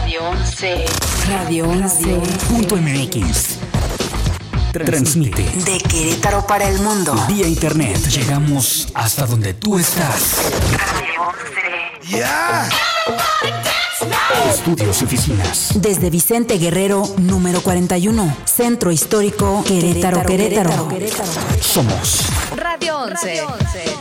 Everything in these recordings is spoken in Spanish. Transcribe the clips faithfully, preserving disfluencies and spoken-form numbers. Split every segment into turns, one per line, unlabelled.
Radio once.
Radio once punto m x. Transmite
de Querétaro para el mundo.
Vía internet. Llegamos hasta donde tú estás.
Radio once.
¡Ya!
Estudios y oficinas.
Desde Vicente Guerrero, número cuarenta y uno. Centro Histórico, Querétaro, Querétaro. Querétaro. Querétaro.
Somos
Radio once. Radio once.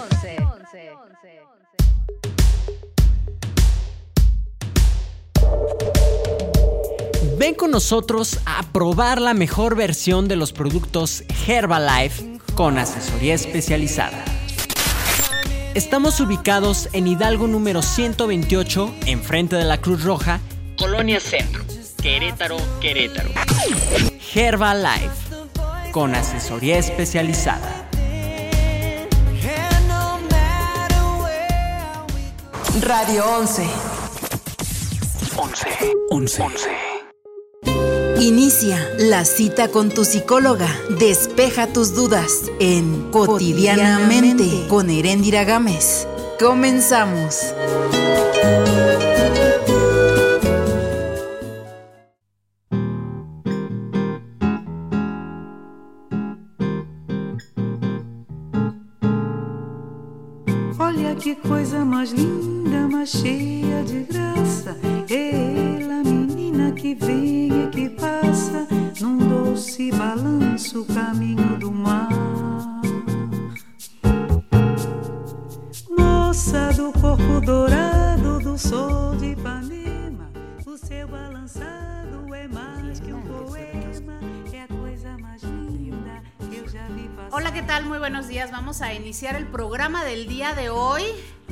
Ven con nosotros a probar la mejor versión de los productos Herbalife con asesoría especializada. Estamos ubicados en Hidalgo número ciento veintiocho, enfrente de la Cruz Roja, Colonia Centro, Querétaro, Querétaro. Herbalife con asesoría especializada.
Radio once.
once. once. once.
Inicia la cita con tu psicóloga. Despeja tus dudas en Cotidianamente con Heréndira Gámez. Comenzamos.
Olha que coisa mais linda, mais cheia de graça. Ela, menina que vem e que passa num doce balanço, caminho do mar. Moça do corpo dourado do sol de Ipanema, o seu balançado é mais que um poema, é a coisa mais linda que eu já vi passar.
Hola, ¿qué tal? Muy buenos días. Vamos a iniciar el programa del día de hoy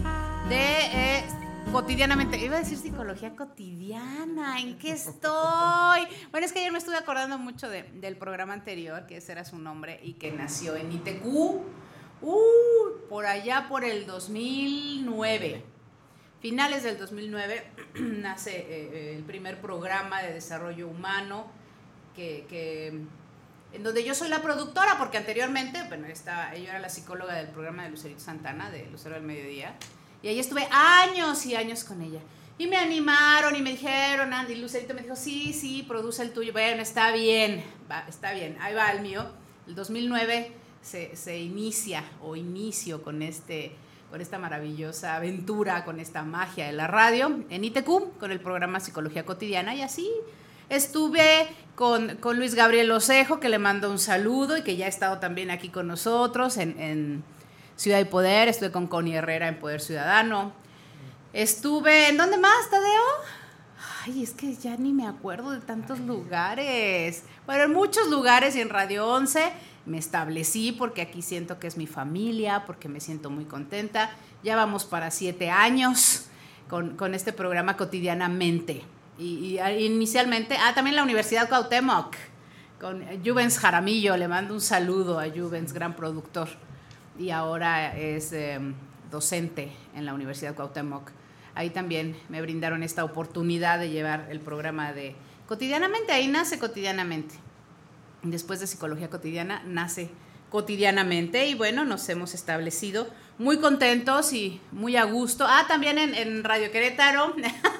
de eh, Cotidianamente. Iba a decir psicología cotidiana. ¿En qué estoy? Bueno, es que ayer me estuve acordando mucho de, del programa anterior, que ese era su nombre, y que nació en I T Q, uh, por allá por el dos mil nueve. Finales del dos mil nueve nace eh, el primer programa de desarrollo humano que... que en donde yo soy la productora, porque anteriormente, bueno, estaba, yo era la psicóloga del programa de Lucerito Santana, de Lucero del Mediodía, y ahí estuve años y años con ella. Y me animaron y me dijeron, Andy, Lucerito me dijo, sí, sí, produce el tuyo. Bueno, está bien, va, está bien, ahí va el mío. El dos mil nueve se, se inicia, o inicio con, este, con esta maravillosa aventura, con esta magia de la radio, en I T Q, con el programa Psicología Cotidiana, y así... Estuve con, con Luis Gabriel Osejo, que le mando un saludo y que ya ha estado también aquí con nosotros en, en Ciudad y Poder. Estuve con Connie Herrera en Poder Ciudadano. Estuve, ¿en dónde más, Tadeo? Ay, es que ya ni me acuerdo de tantos lugares. Bueno, en muchos lugares y en Radio once me establecí porque aquí siento que es mi familia, porque me siento muy contenta. Ya vamos para siete años con, con este programa Cotidianamente. Y, y inicialmente, ah, también la Universidad Cuauhtémoc, con Juvens Jaramillo, le mando un saludo a Juvens, gran productor, y ahora es eh, docente en la Universidad Cuauhtémoc. Ahí también me brindaron esta oportunidad de llevar el programa de Cotidianamente, ahí nace Cotidianamente. Después de Psicología Cotidiana, nace Cotidianamente, y bueno, nos hemos establecido muy contentos y muy a gusto. Ah, también en, en Radio Querétaro.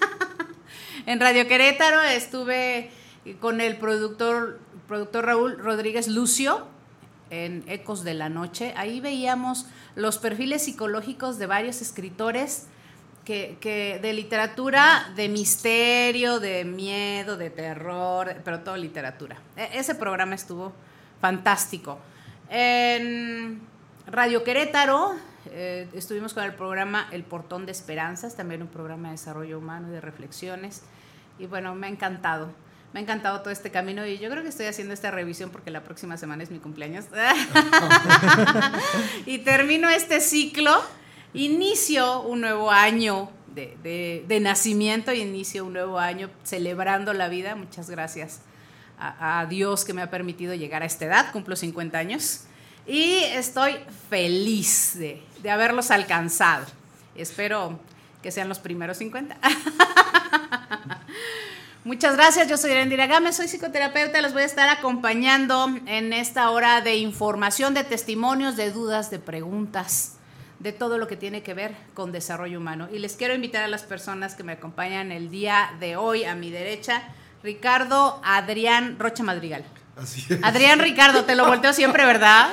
En Radio Querétaro estuve con el productor, productor Raúl Rodríguez Lucio en Ecos de la Noche. Ahí veíamos los perfiles psicológicos de varios escritores que, que de literatura, de misterio, de miedo, de terror, pero todo literatura. Ese programa estuvo fantástico. En Radio Querétaro eh, estuvimos con el programa El Portón de Esperanzas, también un programa de desarrollo humano y de reflexiones. Y bueno, me ha encantado, me ha encantado todo este camino, y yo creo que estoy haciendo esta revisión porque la próxima semana es mi cumpleaños. Y termino este ciclo, inicio un nuevo año de, de, de nacimiento, y inicio un nuevo año celebrando la vida. Muchas gracias a, a Dios que me ha permitido llegar a esta edad, cumplo cincuenta años. Y estoy feliz de, de haberlos alcanzado. Espero que sean los primeros cincuenta. Muchas gracias, yo soy Heréndira Gámez, soy psicoterapeuta, los voy a estar acompañando en esta hora de información, de testimonios, de dudas, de preguntas, de todo lo que tiene que ver con desarrollo humano. Y les quiero invitar a las personas que me acompañan el día de hoy, a mi derecha, Ricardo Adrián Rocha Madrigal.
Así es.
Adrián Ricardo, te lo volteo siempre, ¿verdad?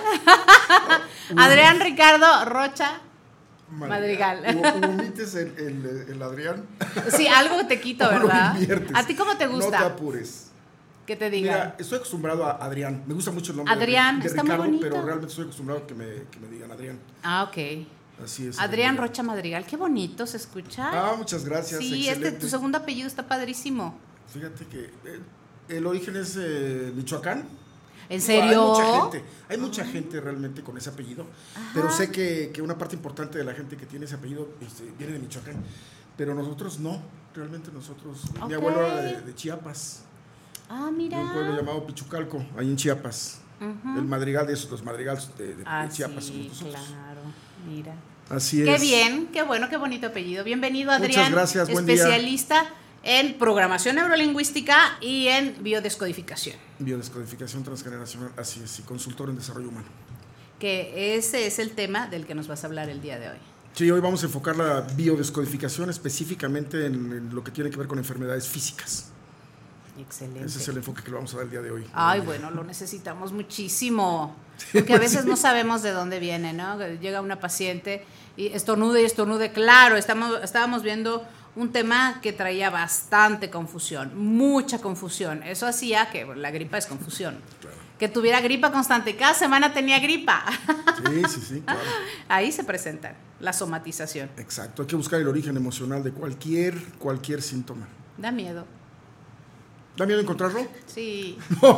Adrián Ricardo Rocha Madrigal.
¿O omites el, el, el Adrián?
Sí, algo te quito,
¿O lo
¿verdad?
inviertes?
¿A ti cómo te gusta?
No te apures.
Que te diga.
Mira, estoy acostumbrado a Adrián. Me gusta mucho el nombre
Adrián,
de, de
está
Ricardo,
muy bonito.
pero realmente estoy acostumbrado a que me, que me digan Adrián.
Ah, ok.
Así es.
Adrián
Adrián.
Rocha Madrigal, qué bonito se escucha.
Ah, muchas gracias.
Sí,
excelente.
este, tu segundo apellido está padrísimo.
Fíjate que eh, el origen es eh, Michoacán.
¿En
Digo,
serio?
Hay mucha gente, hay mucha gente realmente con ese apellido,
Ajá.
pero sé que, que una parte importante de la gente que tiene ese apellido este, viene de Michoacán, pero nosotros no, realmente nosotros,
Ok.
mi abuelo era de, de Chiapas,
Ah, mira.
de un pueblo llamado Pichucalco, ahí en Chiapas,
Ujú.
el madrigal de esos, los madrigales de, de- de
Ah,
Chiapas
sí,
somos nosotros.
claro, mira.
Así
Qué
es.
bien, qué bueno, qué bonito apellido. Bienvenido,
Muchas
Adrián.
gracias, buen día.
Especialista en programación neurolingüística y en biodescodificación.
Biodescodificación transgeneracional, así es, y consultor en desarrollo humano.
Que ese es el tema del que nos vas a hablar el día de hoy.
Sí, hoy vamos a enfocar la biodescodificación específicamente en, en lo que tiene que ver con enfermedades físicas.
Excelente.
Ese es el enfoque que le vamos a dar el día de hoy.
Ay, bueno, lo necesitamos muchísimo. Porque a veces no sabemos de dónde viene, ¿no? Llega una paciente y estornude y estornude. Claro, estamos, estábamos viendo un tema que traía bastante confusión, mucha confusión. Eso hacía que bueno, la gripa es confusión.
Claro.
Que tuviera gripa constante. Cada semana tenía gripa.
Sí, sí, sí, claro.
Ahí se presenta la somatización.
Exacto, hay que buscar el origen emocional de cualquier, cualquier síntoma.
Da miedo.
¿Da miedo encontrarlo?
Sí.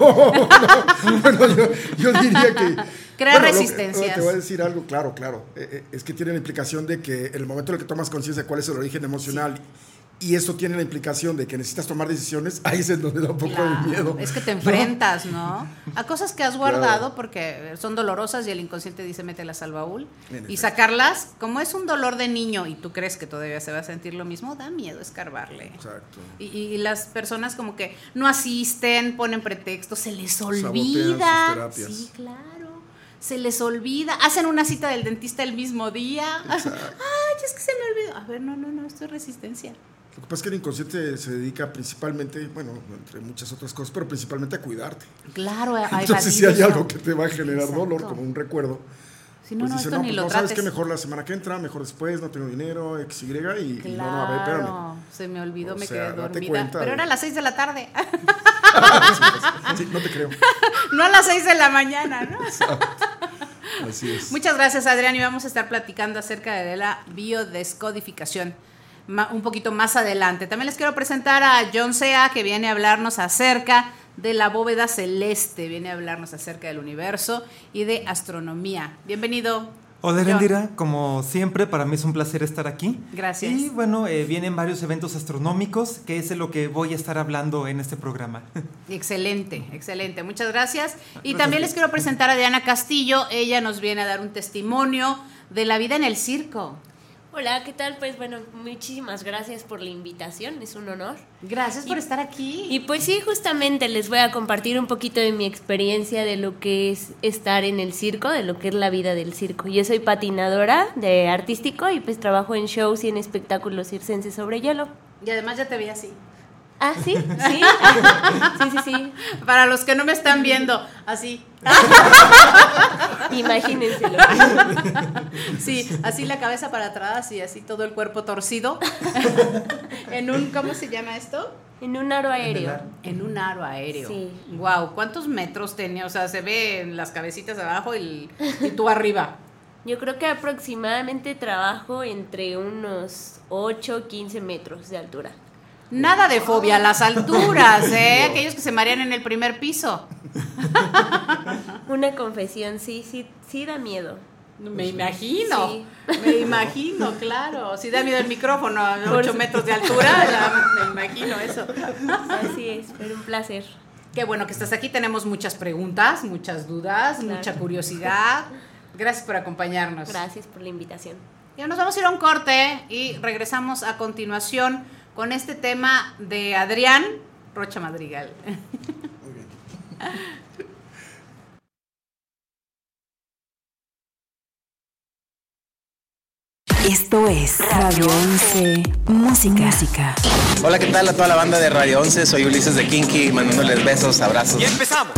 Bueno, yo, yo diría que...
Crea
bueno, lo que-
resistencias.
Te voy a decir algo, claro, claro. Eh, eh, es que tiene la implicación de que en el momento en el que tomas conciencia de cuál es el origen emocional y eso tiene la implicación de que necesitas tomar decisiones, ahí es en donde da un poco
Claro,
de miedo.
es que te enfrentas, ¿no? A cosas que has guardado
Claro.
porque son dolorosas y el inconsciente dice mételas al baúl.
En
Y
efecto.
sacarlas, como es un dolor de niño y tú crees que todavía se va a sentir lo mismo, da miedo escarbarle.
Exacto.
Y, y las personas como que no asisten, ponen pretextos, se les
Sabotean
olvida.
sus terapias.
Sí, claro. Se les olvida. Hacen una cita del dentista el mismo día.
Exacto.
Ay, es que se me olvidó. A ver, no, no, no, esto es resistencia.
Lo que pasa es que el inconsciente se dedica principalmente, bueno, entre muchas otras cosas, pero principalmente a cuidarte.
Claro, a
Entonces, si
evadir
hay
eso.
algo que te va a generar
Exacto.
dolor, como un recuerdo,
Si no,
pues
no,
dice,
esto
no,
ni
pues
lo
no,
trates.
sabes que mejor la semana que entra, mejor después, no tengo dinero, X, Y, y,
Claro,
y no, no, a ver, espérame.
se me olvidó,
O
me
sea,
quedé
date
dormida.
cuenta
Pero
de-
era a las seis de la tarde,
Sí, no te creo.
no a las seis de la mañana, ¿no?
Así es.
Muchas gracias, Adrián, y vamos a estar platicando acerca de la biodescodificación ma- un poquito más adelante. También les quiero presentar a John Sea, que viene a hablarnos acerca de la bóveda celeste, viene a hablarnos acerca del universo y de astronomía. Bienvenido.
Hola,
John.
Erendira, como siempre, para mí es un placer estar aquí.
Gracias.
Y bueno, eh, vienen varios eventos astronómicos, que es de lo que voy a estar hablando en este programa.
Excelente, excelente. Muchas gracias. Y
Gracias.
también les quiero presentar a Diana Castillo. Ella nos viene a dar un testimonio de la vida en el circo.
Hola, ¿qué tal? Pues bueno, muchísimas gracias por la invitación, es un honor.
Gracias por
Y-
estar aquí.
Y pues sí, justamente les voy a compartir un poquito de mi experiencia de lo que es estar en el circo, de lo que es la vida del circo. Yo soy patinadora de artístico y pues trabajo en shows y en espectáculos circenses sobre hielo.
Y además ya te vi así.
Ah, sí, sí, sí, sí, sí.
Para los que no me están viendo, así.
Imagínenselo.
Sí, así la cabeza para atrás y así todo el cuerpo torcido. En un, ¿cómo se llama esto?
En un aro aéreo.
En un aro aéreo.
Sí.
Wow, ¿cuántos metros tenía? O sea, se ve en las cabecitas abajo y, y tú arriba.
Yo creo que aproximadamente trabajo entre unos ocho o quince metros de altura.
Nada de fobia a las alturas, ¿eh? Aquellos que se marean en el primer piso.
Una confesión, sí, sí, sí da miedo.
Me imagino,
Sí.
me imagino, claro. Si da miedo el micrófono a
Por
ocho
su-
metros de altura, ya me imagino eso.
Así es, pero un placer.
Qué bueno que estás aquí. Tenemos muchas preguntas, muchas dudas,
Claro.
mucha curiosidad. Gracias por acompañarnos.
Gracias por la invitación.
Ya nos vamos a ir a un corte y regresamos a continuación con este tema de Adrián Rocha Madrigal.
Muy bien.
Esto es Radio once Música. Música.
Hola, ¿qué tal a toda la banda de Radio once? Soy Ulises de Kinky, mandándoles besos, abrazos.
¡Y empezamos!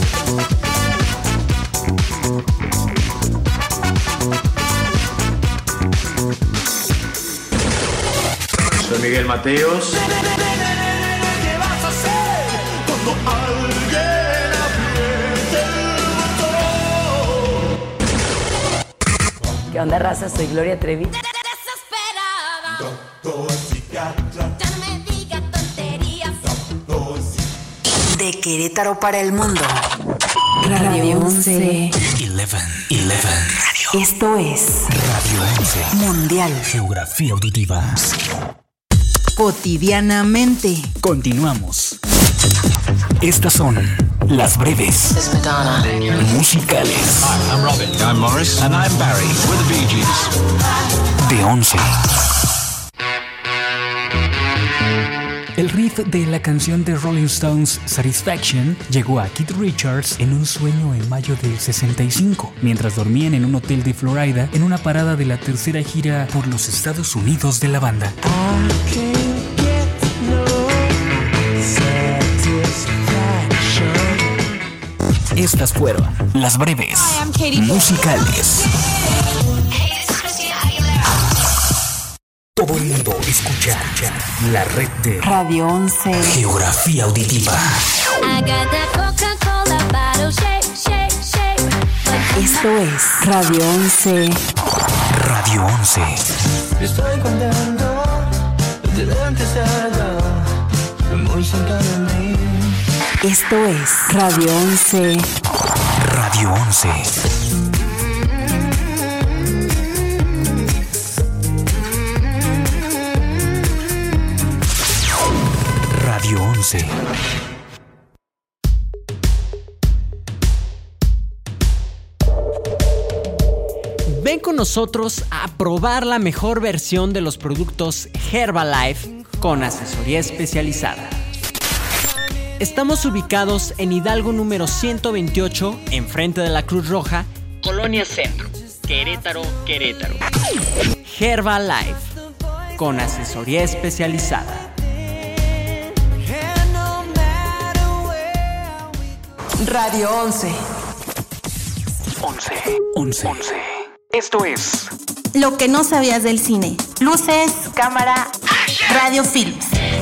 Soy Miguel Mateos.
¿Qué vas a hacer cuando alguien apriete el botón?
¿Qué onda, raza? Soy Gloria Trevi.
Doctor psiquiatra.
Ya no me diga tonterías.
Doctor psiquiatra.
De Querétaro para el mundo.
Radio once.
Eleven. Eleven.
Esto es
Radio once.
Mundial.
Geografía auditiva.
Cotidianamente.
Continuamos. Estas son las breves musicales.
Hi, I'm Robin. I'm Morris. And I'm Barry. We're the Bee Gees.
De once. El riff de la canción de Rolling Stones Satisfaction llegó a Keith Richards en un sueño en mayo del sesenta y cinco, mientras dormían en un hotel de Florida en una parada de la tercera gira por los Estados Unidos de la banda. Estas fueron las breves musicales. Todo el mundo escucha la red de
Radio once.
Geografía auditiva.
Esto es Radio once.
Radio once.
Estoy contento de verte cerca, muy cerca de mí.
Esto es Radio once.
Radio once. Radio once.
Ven con nosotros a probar la mejor versión de los productos Herbalife con asesoría especializada. Estamos ubicados en Hidalgo número ciento veintiocho, enfrente de la Cruz Roja, Colonia Centro, Querétaro, Querétaro. Herbalife, con asesoría especializada.
Radio once.
Once. Once. Once. Esto es
Lo que no sabías del cine. Luces, cámara, radio, films.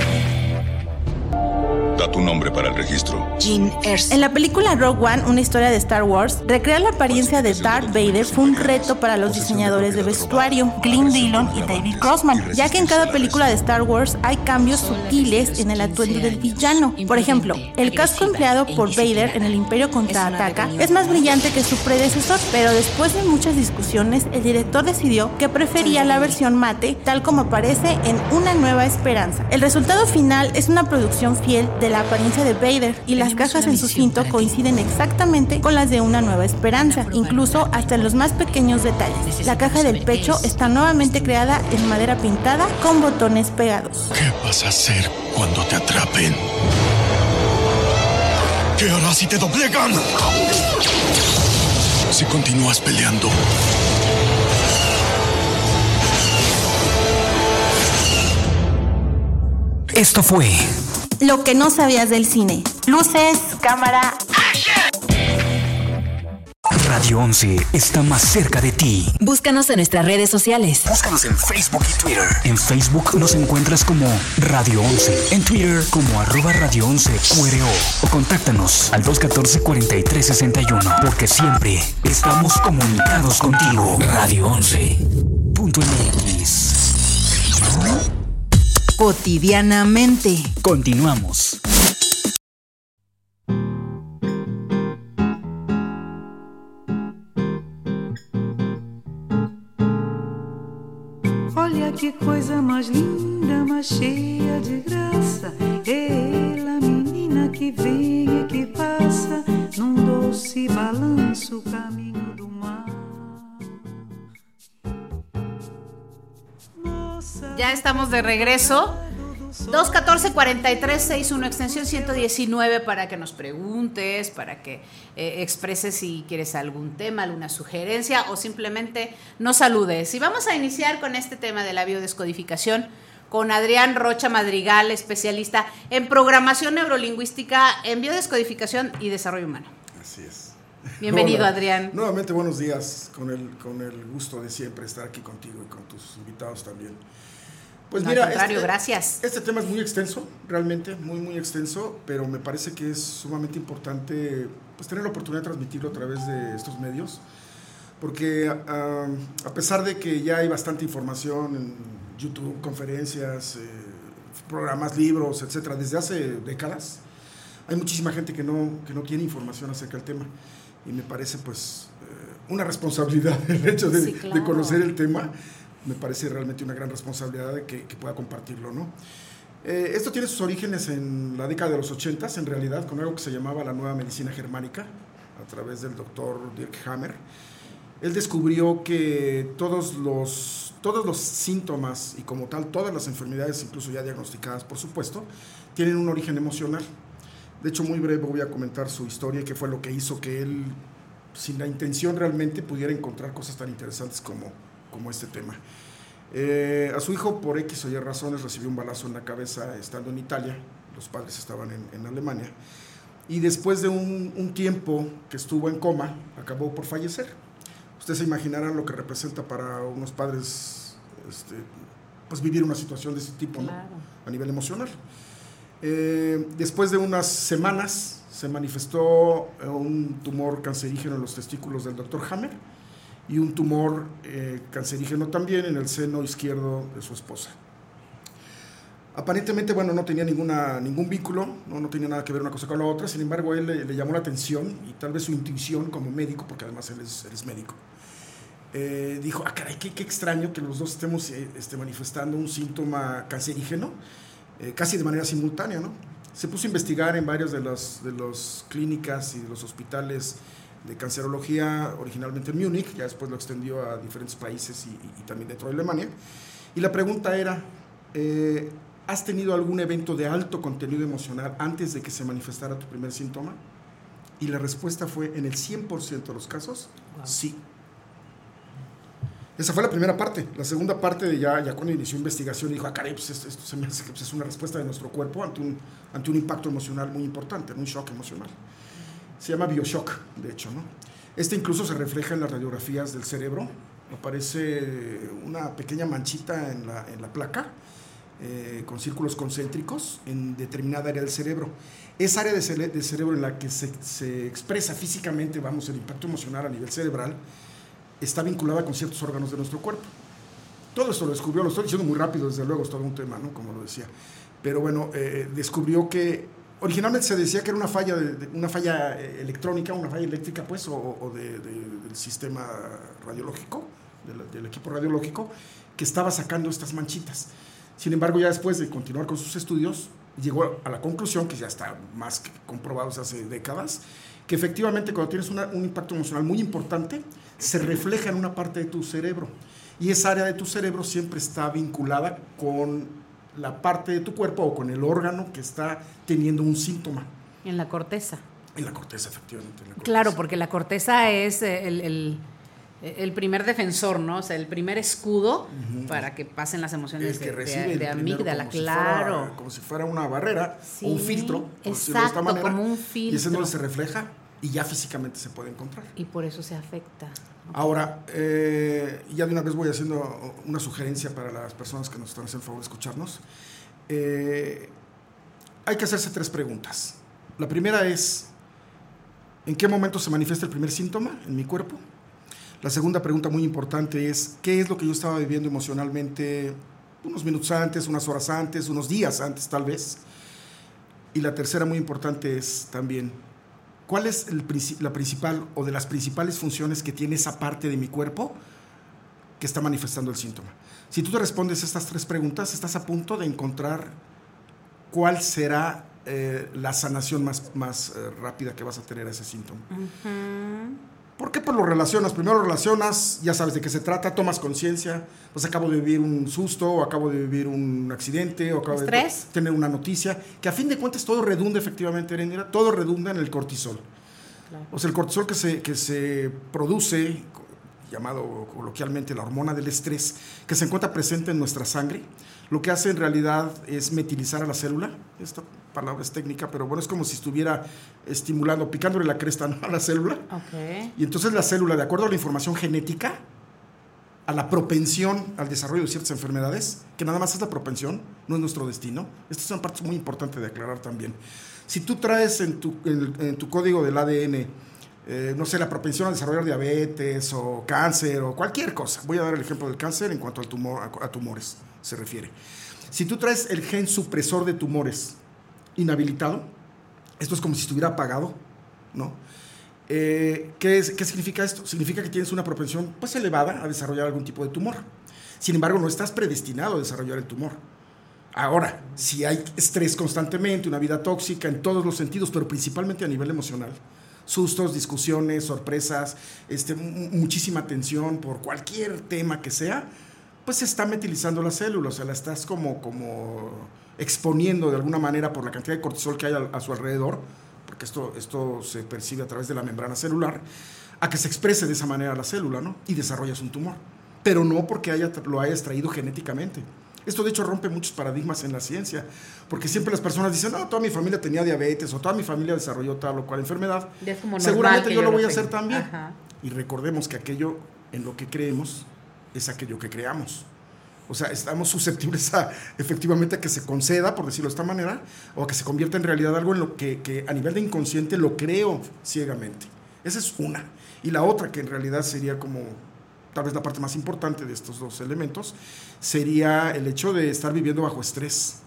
Da tu nombre para el registro.
Jean Erso. En la película Rogue One, una historia de Star Wars, recrear la apariencia de Darth Vader fue un reto para los diseñadores de vestuario, Glyn Dillon y David Grossman, ya que en cada película de Star Wars hay cambios sutiles en el atuendo del villano. Por ejemplo, el casco empleado por Vader en el Imperio Contraataca es más brillante que su predecesor, pero después de muchas discusiones, el director decidió que prefería la versión mate, tal como aparece en Una Nueva Esperanza. El resultado final es una producción fiel de la apariencia de Vader, y las cajas en su cinto coinciden exactamente con las de Una Nueva Esperanza, incluso hasta en los más pequeños detalles. La caja del pecho está nuevamente creada en madera pintada con botones pegados.
¿Qué vas a hacer cuando te atrapen? ¿Qué harás si te doblegan? Si continúas peleando.
Esto fue
Lo que no sabías del cine. Luces, cámara.
Radio once está más cerca de ti.
Búscanos en nuestras redes sociales.
Búscanos en Facebook y Twitter. En Facebook nos encuentras como Radio once. En Twitter como arroba Radio once Q R O. O contáctanos al dos uno cuatro, cuatro tres seis uno. Porque siempre estamos comunicados contigo. Radio once punto M X.
Cotidianamente.
Continuamos.
Olha que coisa mais linda, mais cheia de graça. É ela, menina que vem e que passa num doce balanço, caminho do mar.
Ya estamos de regreso. dos uno cuatro, cuatro tres seis uno, extensión ciento diecinueve, para que nos preguntes, para que eh, expreses si quieres algún tema, alguna sugerencia o simplemente nos saludes. Y vamos a iniciar con este tema de la biodescodificación con Adrián Rocha Madrigal, especialista en programación neurolingüística, en biodescodificación y desarrollo humano.
Así es.
Bienvenido,
Hola.
Adrián.
Nuevamente, buenos días, con el, con el gusto de siempre estar aquí contigo y con tus invitados también. Pues
no,
mira,
al contrario,
este,
gracias.
Este tema es muy extenso, realmente, muy, muy extenso, pero me parece que es sumamente importante pues, tener la oportunidad de transmitirlo a través de estos medios, porque uh, a pesar de que ya hay bastante información en YouTube, conferencias, eh, programas, libros, etcétera, desde hace décadas, hay muchísima gente que no, que no tiene información acerca del tema. Y me parece pues eh, una responsabilidad el hecho de, sí, claro. de conocer el tema. Me parece realmente una gran responsabilidad de que, que pueda compartirlo, ¿no? Eh, esto tiene sus orígenes en la década de los ochentas, en realidad, con algo que se llamaba la nueva medicina germánica, a través del doctor Dirk Hammer. Él descubrió que todos los, todos los síntomas, y como tal, todas las enfermedades, incluso ya diagnosticadas, por supuesto, tienen un origen emocional. De hecho, muy breve voy a comentar su historia y qué fue lo que hizo que él, sin la intención realmente, pudiera encontrar cosas tan interesantes como, como este tema. Eh, a su hijo, por X o Y razones, recibió un balazo en la cabeza estando en Italia. Los padres estaban en, en Alemania. Y después de un, un tiempo que estuvo en coma, acabó por fallecer. Ustedes se imaginarán lo que representa para unos padres este, pues vivir una situación de ese tipo, ¿no? Claro. A nivel emocional. Eh, después de unas semanas se manifestó un tumor cancerígeno en los testículos del doctor Hammer y un tumor eh, cancerígeno también en el seno izquierdo de su esposa. Aparentemente, bueno, no tenía ninguna, ningún vínculo, no, no tenía nada que ver una cosa con la otra, sin embargo, a él le, le llamó la atención y tal vez su intuición como médico, porque además él es, él es médico, eh, dijo, ah, caray, qué, qué extraño que los dos estemos eh, este, manifestando un síntoma cancerígeno, Eh, casi de manera simultánea, ¿no? Se puso a investigar en varias de las de las clínicas y de los hospitales de cancerología, originalmente en Múnich, ya después lo extendió a diferentes países y, y, y también dentro de Alemania. Y la pregunta era, eh, ¿has tenido algún evento de alto contenido emocional antes de que se manifestara tu primer síntoma? Y la respuesta fue, en el cien por ciento de los casos, wow. sí. Esa fue la primera parte. La segunda parte, de ya, ya cuando inició investigación, dijo, ah, caray, pues esto, esto se me hace que pues, es una respuesta de nuestro cuerpo ante un, ante un impacto emocional muy importante, un shock emocional. Se llama bioshock, de hecho, ¿no? Este incluso se refleja en las radiografías del cerebro. Aparece una pequeña manchita en la, en la placa, eh, con círculos concéntricos en determinada área del cerebro. Esa área de cere- del cerebro en la que se, se expresa físicamente, vamos, el impacto emocional a nivel cerebral, está vinculada con ciertos órganos de nuestro cuerpo. Todo esto lo descubrió, lo estoy diciendo muy rápido, desde luego, es todo un tema, ¿no? Como lo decía. Pero bueno, eh, descubrió que originalmente se decía que era una falla, de, de, una falla electrónica, una falla eléctrica, pues, o, o de, de, del sistema radiológico, del, del equipo radiológico, que estaba sacando estas manchitas. Sin embargo, ya después de continuar con sus estudios, llegó a la conclusión, que ya está más que comprobado hace décadas, que efectivamente cuando tienes una, un impacto emocional muy importante, se refleja en una parte de tu cerebro. Y esa área de tu cerebro siempre está vinculada con la parte de tu cuerpo o con el órgano que está teniendo un síntoma.
En la corteza.
En la corteza, efectivamente. En la corteza.
Claro, porque la corteza es el, el, el primer defensor, ¿no? O sea, el primer escudo uh-huh. para que pasen las emociones de, de, de amígdala,
como
claro.
Si fuera, como si fuera una barrera
sí,
o un filtro.
Exacto, de esta manera, como un filtro.
Y ese es donde se refleja y ya físicamente se puede encontrar.
Y por eso se afecta. Okay.
Ahora, eh, ya de una vez voy haciendo una sugerencia para las personas que nos están haciendo el favor de escucharnos. Eh, hay que hacerse tres preguntas. La primera es, ¿en qué momento se manifiesta el primer síntoma en mi cuerpo? La segunda pregunta muy importante es, ¿qué es lo que yo estaba viviendo emocionalmente unos minutos antes, unas horas antes, unos días antes tal vez? Y la tercera muy importante es también, ¿cuál es el, la principal o de las principales funciones que tiene esa parte de mi cuerpo que está manifestando el síntoma? Si tú te respondes estas tres preguntas, estás a punto de encontrar cuál será eh, la sanación más, más eh, rápida que vas a tener a ese síntoma.
Uh-huh.
¿Por qué? Pues lo relacionas. Primero lo relacionas, ya sabes de qué se trata, tomas conciencia. Pues acabo de vivir un susto, o acabo de vivir un accidente, o acabo
¿Estrés?
de tener una noticia. Que a fin de cuentas todo redunda efectivamente, Erendira, todo redunda en el cortisol.
Claro.
O sea, el cortisol que se, que se produce, llamado coloquialmente la hormona del estrés, que se encuentra presente en nuestra sangre, lo que hace en realidad es metilizar a la célula. Esta palabra es técnica, pero bueno, es como si estuviera estimulando, picándole la cresta, ¿no?, a la célula.
Okay.
Y entonces la célula, de acuerdo a la información genética, a la propensión al desarrollo de ciertas enfermedades, que nada más es la propensión, no es nuestro destino. Esta es una parte muy importante de aclarar también. Si tú traes en tu, en, en tu código del A D N, eh, no sé, la propensión a desarrollar diabetes o cáncer o cualquier cosa, voy a dar el ejemplo del cáncer en cuanto al tumor, a, a tumores se refiere. Si tú traes el gen supresor de tumores inhabilitado, esto es como si estuviera apagado, ¿no? Eh, ¿qué, es, ¿Qué significa esto? Significa que tienes una propensión pues elevada a desarrollar algún tipo de tumor. Sin embargo, no estás predestinado a desarrollar el tumor. Ahora, si hay estrés constantemente, una vida tóxica en todos los sentidos, pero principalmente a nivel emocional, sustos, discusiones, sorpresas, este, muchísima tensión por cualquier tema que sea, pues se está metilizando la célula, o sea, la estás como, como exponiendo de alguna manera por la cantidad de cortisol que hay a, a su alrededor, porque esto, esto se percibe a través de la membrana celular, a que se exprese de esa manera la célula, ¿no? Y desarrollas un tumor. Pero no porque haya, lo hayas traído genéticamente. Esto de hecho rompe muchos paradigmas en la ciencia, porque siempre las personas dicen, no, toda mi familia tenía diabetes, o toda mi familia desarrolló tal o cual enfermedad.
Es como
seguramente yo, yo lo voy a
tenga.
hacer también.
Ajá.
Y recordemos que aquello en lo que creemos es aquello que creamos. O sea, estamos susceptibles a, efectivamente, a que se conceda, por decirlo de esta manera, o a que se convierta en realidad algo en lo que, que a nivel de inconsciente lo creo ciegamente. Esa es una. Y la otra, que en realidad sería como tal vez la parte más importante de estos dos elementos, sería el hecho de estar viviendo bajo estrés.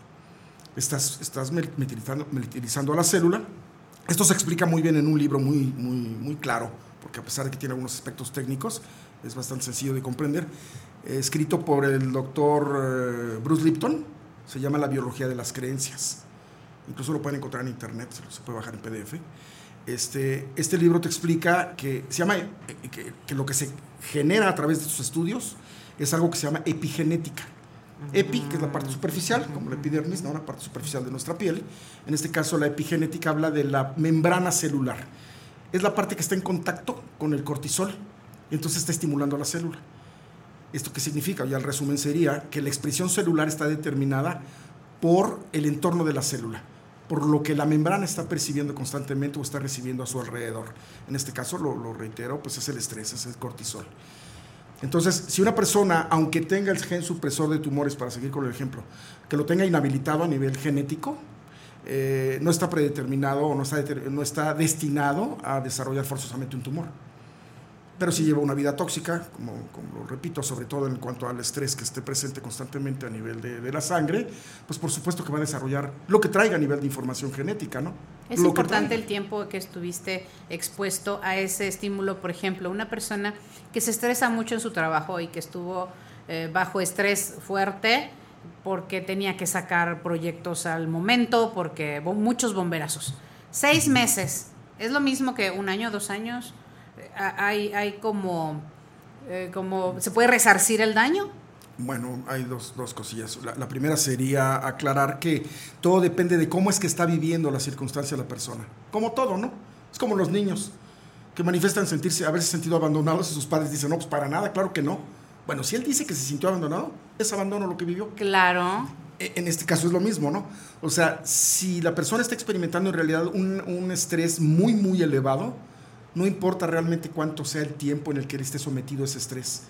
Estás, estás metilizando, metilizando a la célula. Esto se explica muy bien en un libro muy, muy, muy claro, porque a pesar de que tiene algunos aspectos técnicos, es bastante sencillo de comprender. Eh, escrito por el doctor eh, Bruce Lipton, se llama La biología de las creencias. Incluso lo pueden encontrar en internet, se, lo, se puede bajar en P D F. Este, este libro te explica que, se llama, eh, que, que lo que se genera a través de sus estudios es algo que se llama epigenética. Uh-huh. Epi, que es la parte superficial, uh-huh, como la epidermis, ¿no?, la parte superficial de nuestra piel. En este caso, la epigenética habla de la membrana celular. Es la parte que está en contacto con el cortisol, y entonces está estimulando a la célula. ¿Esto qué significa? Ya el resumen sería que la expresión celular está determinada por el entorno de la célula, por lo que la membrana está percibiendo constantemente o está recibiendo a su alrededor. En este caso, lo, lo reitero, pues es el estrés, es el cortisol. Entonces, si una persona, aunque tenga el gen supresor de tumores, para seguir con el ejemplo, que lo tenga inhabilitado a nivel genético, eh, no está predeterminado o no está, no está destinado a desarrollar forzosamente un tumor. Pero si lleva una vida tóxica, como, como lo repito, sobre todo en cuanto al estrés que esté presente constantemente a nivel de, de la sangre, pues por supuesto que va a desarrollar lo que traiga a nivel de información genética, ¿no?
Es
lo
importante el tiempo que estuviste expuesto a ese estímulo. Por ejemplo, una persona que se estresa mucho en su trabajo y que estuvo eh, bajo estrés fuerte porque tenía que sacar proyectos al momento, porque bo- muchos bomberazos. Seis meses, ¿es lo mismo que un año, dos años? Hay, hay como, eh, como, ¿se puede resarcir el daño?
Bueno, hay dos, dos cosillas. La, la primera sería aclarar que todo depende de cómo es que está viviendo la circunstancia la persona. Como todo, ¿no? Es como los niños que manifiestan sentirse, haberse sentido abandonados y sus padres dicen, no, pues para nada, claro que no. Bueno, si él dice que se sintió abandonado, es abandono lo que vivió.
Claro.
En este caso es lo mismo, ¿no? O sea, si la persona está experimentando en realidad un, un estrés muy, muy elevado, no importa realmente cuánto sea el tiempo en el que él esté sometido a ese estrés.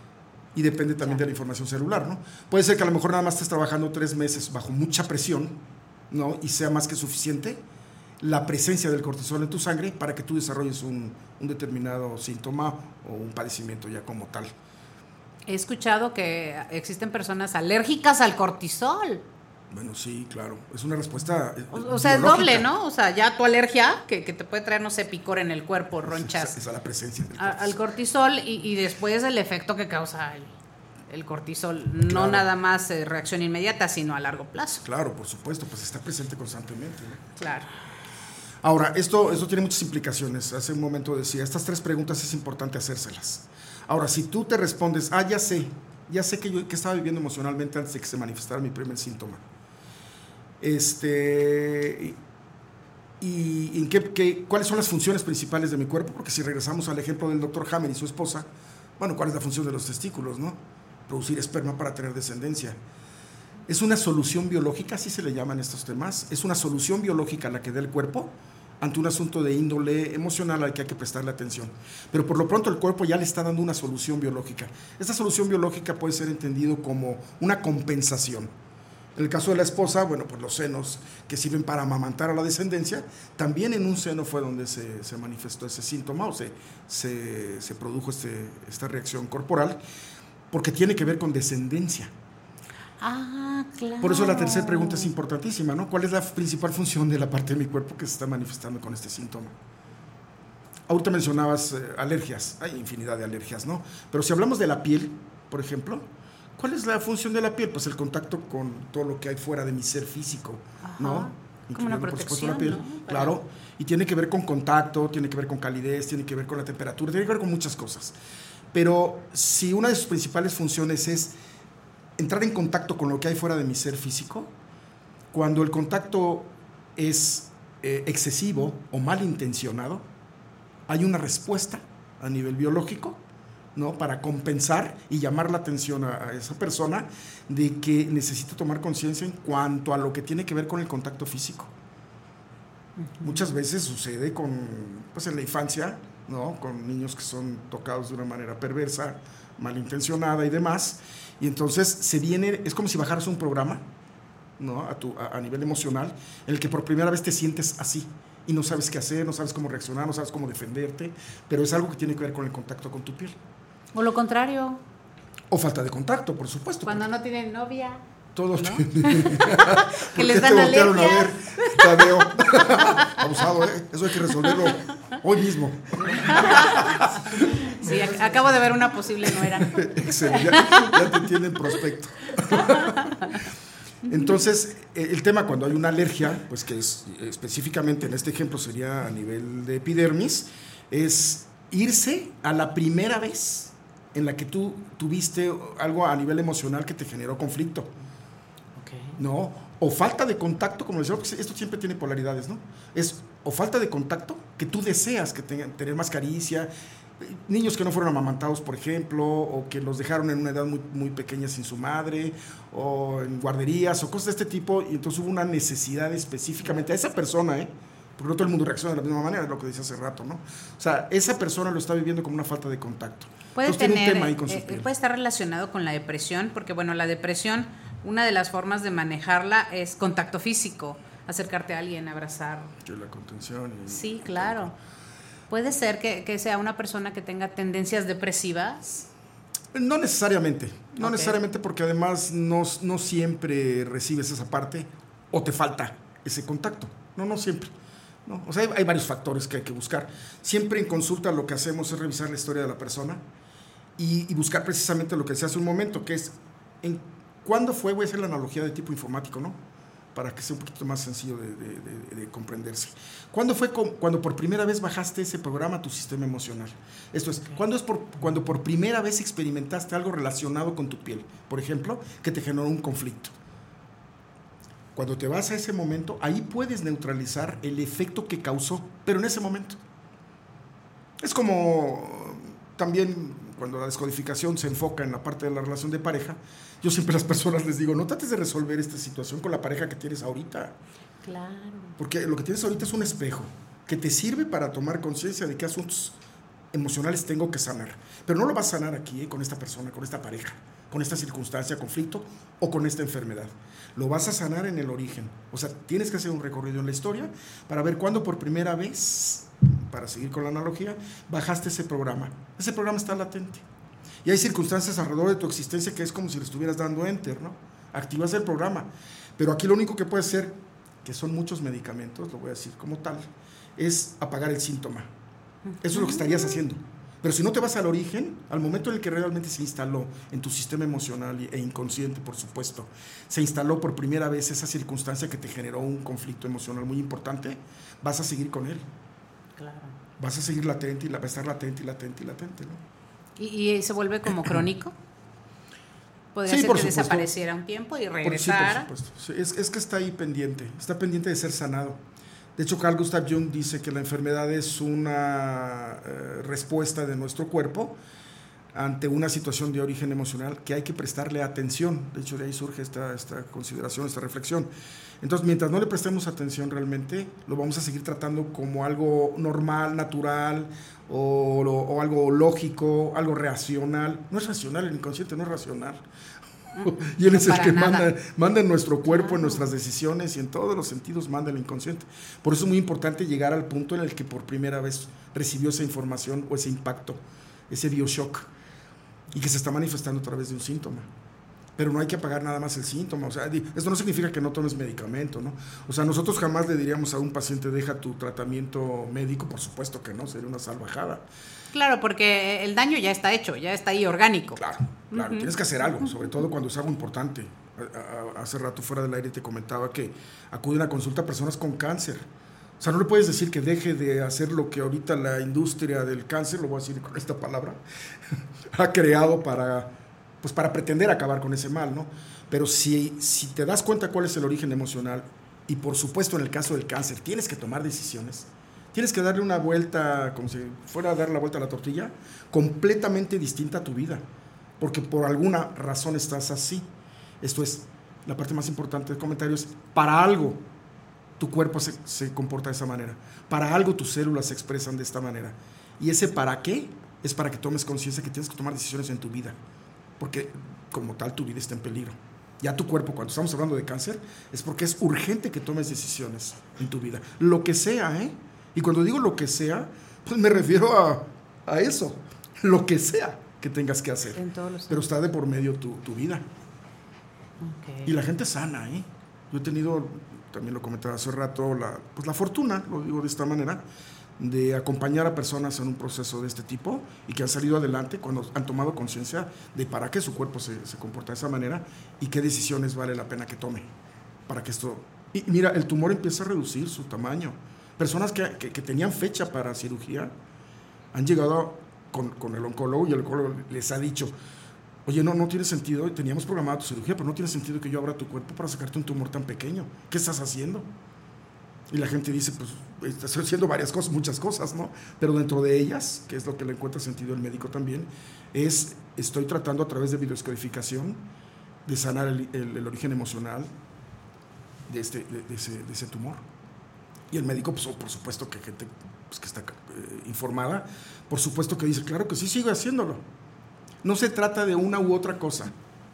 Y depende también de la información celular, ¿no? Puede ser que a lo mejor nada más estés trabajando tres meses bajo mucha presión, ¿no? Y sea más que suficiente la presencia del cortisol en tu sangre para que tú desarrolles un, un determinado síntoma o un padecimiento ya como tal.
He escuchado que existen personas alérgicas al cortisol.
Bueno, sí, claro. Es una respuesta
O, o sea,
biológica.
es doble, ¿no? O sea, ya tu alergia, que, que te puede traer, no sé, picor en el cuerpo, ronchas.
Es, es a la presencia del
a, al cortisol y, y después el efecto que causa el, el cortisol. No
Claro.
nada más eh, reacción inmediata, sino a largo plazo.
Claro, por supuesto, pues está presente constantemente, ¿no?
Claro.
Ahora, esto, esto tiene muchas implicaciones. Hace un momento decía, estas tres preguntas es importante hacérselas. Ahora, si tú te respondes, ah, ya sé, ya sé que yo que estaba viviendo emocionalmente antes de que se manifestara mi primer síntoma. Este, y, y en qué, qué, ¿cuáles son las funciones principales de mi cuerpo? Porque si regresamos al ejemplo del doctor Hammer y su esposa, bueno, ¿cuál es la función de los testículos, no? Producir esperma para tener descendencia. Es una solución biológica, así se le llaman estos temas, es una solución biológica la que da el cuerpo ante un asunto de índole emocional al que hay que prestarle atención. Pero por lo pronto el cuerpo ya le está dando una solución biológica. Esta solución biológica puede ser entendido como una compensación. En el caso de la esposa, bueno, pues los senos que sirven para amamantar a la descendencia, también en un seno fue donde se, se manifestó ese síntoma o se, se, se produjo este, esta reacción corporal, porque tiene que ver con descendencia.
Ah, claro.
Por eso la tercera pregunta es importantísima, ¿no? ¿Cuál es la principal función de la parte de mi cuerpo que se está manifestando con este síntoma? Ahorita mencionabas eh, alergias, hay infinidad de alergias, ¿no? Pero si hablamos de la piel, por ejemplo, ¿cuál es la función de la piel? Pues el contacto con todo lo que hay fuera de mi ser físico, Ajá. ¿no?
Como una protección,
la piel,
¿no?
Claro, y tiene que ver con contacto, tiene que ver con calidez, tiene que ver con la temperatura, tiene que ver con muchas cosas. Pero si una de sus principales funciones es entrar en contacto con lo que hay fuera de mi ser físico, cuando el contacto es eh, excesivo o malintencionado, hay una respuesta a nivel biológico, ¿no? Para compensar y llamar la atención a, a esa persona de que necesita tomar conciencia en cuanto a lo que tiene que ver con el contacto físico. Uh-huh. Muchas veces sucede con, pues en la infancia, ¿no? Con niños que son tocados de una manera perversa, malintencionada y demás, y entonces se viene, es como si bajaras un programa, ¿no? a, tu, a, a nivel emocional, en el que por primera vez te sientes así, y no sabes qué hacer, no sabes cómo reaccionar, no sabes cómo defenderte, pero es algo que tiene que ver con el contacto con tu piel.
O lo contrario.
O falta de contacto, por supuesto.
Cuando no tienen novia.
Todos
¿no?
que les dan alergias. A ver, Tadeo. Abusado, ¿eh? Eso hay que resolverlo hoy mismo.
Sí, acabo de ver una posible nuera.
Excelente, ya, ya te tienen prospecto. Entonces, el tema cuando hay una alergia, pues que es específicamente en este ejemplo sería a nivel de epidermis, es irse a la primera vez en la que tú tuviste algo a nivel emocional que te generó conflicto. Okay. ¿No? O falta de contacto, como decía, porque esto siempre tiene polaridades, ¿no? Es o falta de contacto, que tú deseas que tengan, tener más caricia, niños que no fueron amamantados, por ejemplo, o que los dejaron en una edad muy, muy pequeña sin su madre, o en guarderías, o cosas de este tipo, y entonces hubo una necesidad específicamente a esa persona, ¿eh? Porque no todo el mundo reacciona de la misma manera, es lo que decía hace rato, ¿no? O sea, esa persona lo está viviendo como una falta de contacto.
Puede entonces, tener, tiene un tema ahí con eh, su puede estar relacionado con la depresión, porque bueno, la depresión, una de las formas de manejarla es contacto físico, acercarte a alguien, abrazar.
Que la contención. Y
sí, claro. ¿Puede ser que, que sea una persona que tenga tendencias depresivas?
No necesariamente, no okay. necesariamente porque además no, no siempre recibes esa parte o te falta ese contacto, no, no siempre. No, o sea, hay, hay varios factores que hay que buscar. Siempre en consulta lo que hacemos es revisar la historia de la persona y, y buscar precisamente lo que decía hace un momento, que es, en, ¿cuándo fue? Voy a hacer la analogía de tipo informático, ¿no? Para que sea un poquito más sencillo de, de, de, de comprenderse. ¿Cuándo fue con, cuando por primera vez bajaste ese programa a tu sistema emocional? Esto es, okay. ¿cuándo es por, cuando por primera vez experimentaste algo relacionado con tu piel? Por ejemplo, que te generó un conflicto. Cuando te vas a ese momento, ahí puedes neutralizar el efecto que causó, pero en ese momento. Es como también cuando la descodificación se enfoca en la parte de la relación de pareja, yo siempre a las personas les digo, no trates de resolver esta situación con la pareja que tienes ahorita.
Claro.
Porque lo que tienes ahorita es un espejo que te sirve para tomar conciencia de qué asuntos emocionales tengo que sanar. Pero no lo vas a sanar aquí, eh, con esta persona, con esta pareja, con esta circunstancia, conflicto o con esta enfermedad. Lo vas a sanar en el origen. O sea, tienes que hacer un recorrido en la historia para ver cuándo por primera vez, para seguir con la analogía, bajaste ese programa. Ese programa está latente. Y hay circunstancias alrededor de tu existencia que es como si le estuvieras dando enter, ¿no? Activas el programa. Pero aquí lo único que puede hacer, que son muchos medicamentos, lo voy a decir como tal, es apagar el síntoma. Eso es lo que estarías haciendo. Pero si no te vas al origen, al momento en el que realmente se instaló en tu sistema emocional e inconsciente, por supuesto, se instaló por primera vez esa circunstancia que te generó un conflicto emocional muy importante, vas a seguir con él.
Claro. Vas
a seguir latente y la, va a estar latente y latente y latente, ¿no?
¿Y, y se vuelve como crónico? Podría
Sí,
ser
por
que
supuesto.
desapareciera un tiempo y
Por,
regresara.
sí, por supuesto. Sí, es, es que está ahí pendiente, está pendiente de ser sanado. De hecho, Carl Gustav Jung dice que la enfermedad es una eh, respuesta de nuestro cuerpo ante una situación de origen emocional que hay que prestarle atención. De hecho, de ahí surge esta, esta consideración, esta reflexión. Entonces, mientras no le prestemos atención realmente, lo vamos a seguir tratando como algo normal, natural, o, o algo lógico, algo racional. No es racional, el inconsciente no es racional. Y él
No,
es el
para
que
nada.
manda, manda en nuestro cuerpo,
Claro.
en nuestras decisiones y en todos los sentidos manda el inconsciente. Por eso es muy importante llegar al punto en el que por primera vez recibió esa información o ese impacto, ese bioshock, y que se está manifestando a través de un síntoma. Pero no hay que apagar nada más el síntoma. O sea, di- esto no significa que no tomes medicamento, ¿no? O sea, nosotros jamás le diríamos a un paciente, deja tu tratamiento médico, por supuesto que no, sería una salvajada.
Claro, porque el daño ya está hecho, ya está ahí orgánico.
Claro, claro, tienes que hacer algo, sobre todo cuando es algo importante. A- a- Hace rato fuera del aire te comentaba que acuden a consulta personas con cáncer. O sea, no le puedes decir que deje de hacer lo que ahorita la industria del cáncer, lo voy a decir con esta palabra, ha creado para, pues para pretender acabar con ese mal, ¿no? Pero si, si te das cuenta cuál es el origen emocional, y por supuesto en el caso del cáncer tienes que tomar decisiones, tienes que darle una vuelta, como si fuera a dar la vuelta a la tortilla, completamente distinta a tu vida, porque por alguna razón estás así. Esto es, la parte más importante del comentario es, para algo tu cuerpo se, se comporta de esa manera, para algo tus células se expresan de esta manera, y ese para qué es para que tomes conciencia que tienes que tomar decisiones en tu vida, porque como tal tu vida está en peligro. Ya tu cuerpo, cuando estamos hablando de cáncer, es porque es urgente que tomes decisiones en tu vida, lo que sea, ¿eh? Y cuando digo lo que sea, pues me refiero a, a eso, lo que sea que tengas que hacer.
En todos los
Pero está de por medio tu, tu vida.
Okay.
Y la gente sana, ¿eh? Yo he tenido, también lo comentaba hace rato, la, pues la fortuna, lo digo de esta manera, de acompañar a personas en un proceso de este tipo y que han salido adelante cuando han tomado conciencia de para qué su cuerpo se, se comporta de esa manera y qué decisiones vale la pena que tome para que esto... Y mira, el tumor empieza a reducir su tamaño. Personas que, que, que tenían fecha para cirugía han llegado con, con el oncólogo y el oncólogo les ha dicho, oye, no, no tiene sentido, teníamos programada tu cirugía, pero no tiene sentido que yo abra tu cuerpo para sacarte un tumor tan pequeño. ¿Qué estás haciendo? Y la gente dice, pues, estás haciendo varias cosas, muchas cosas, ¿no? Pero dentro de ellas, que es lo que le encuentra sentido el médico también, es, estoy tratando a través de videoscodificación de sanar el, el, el origen emocional de, este, de, de, ese, de ese tumor. Y el médico, pues, por supuesto que gente pues, que está eh, informada, por supuesto que dice, claro que sí, sigue haciéndolo. No se trata de una u otra cosa.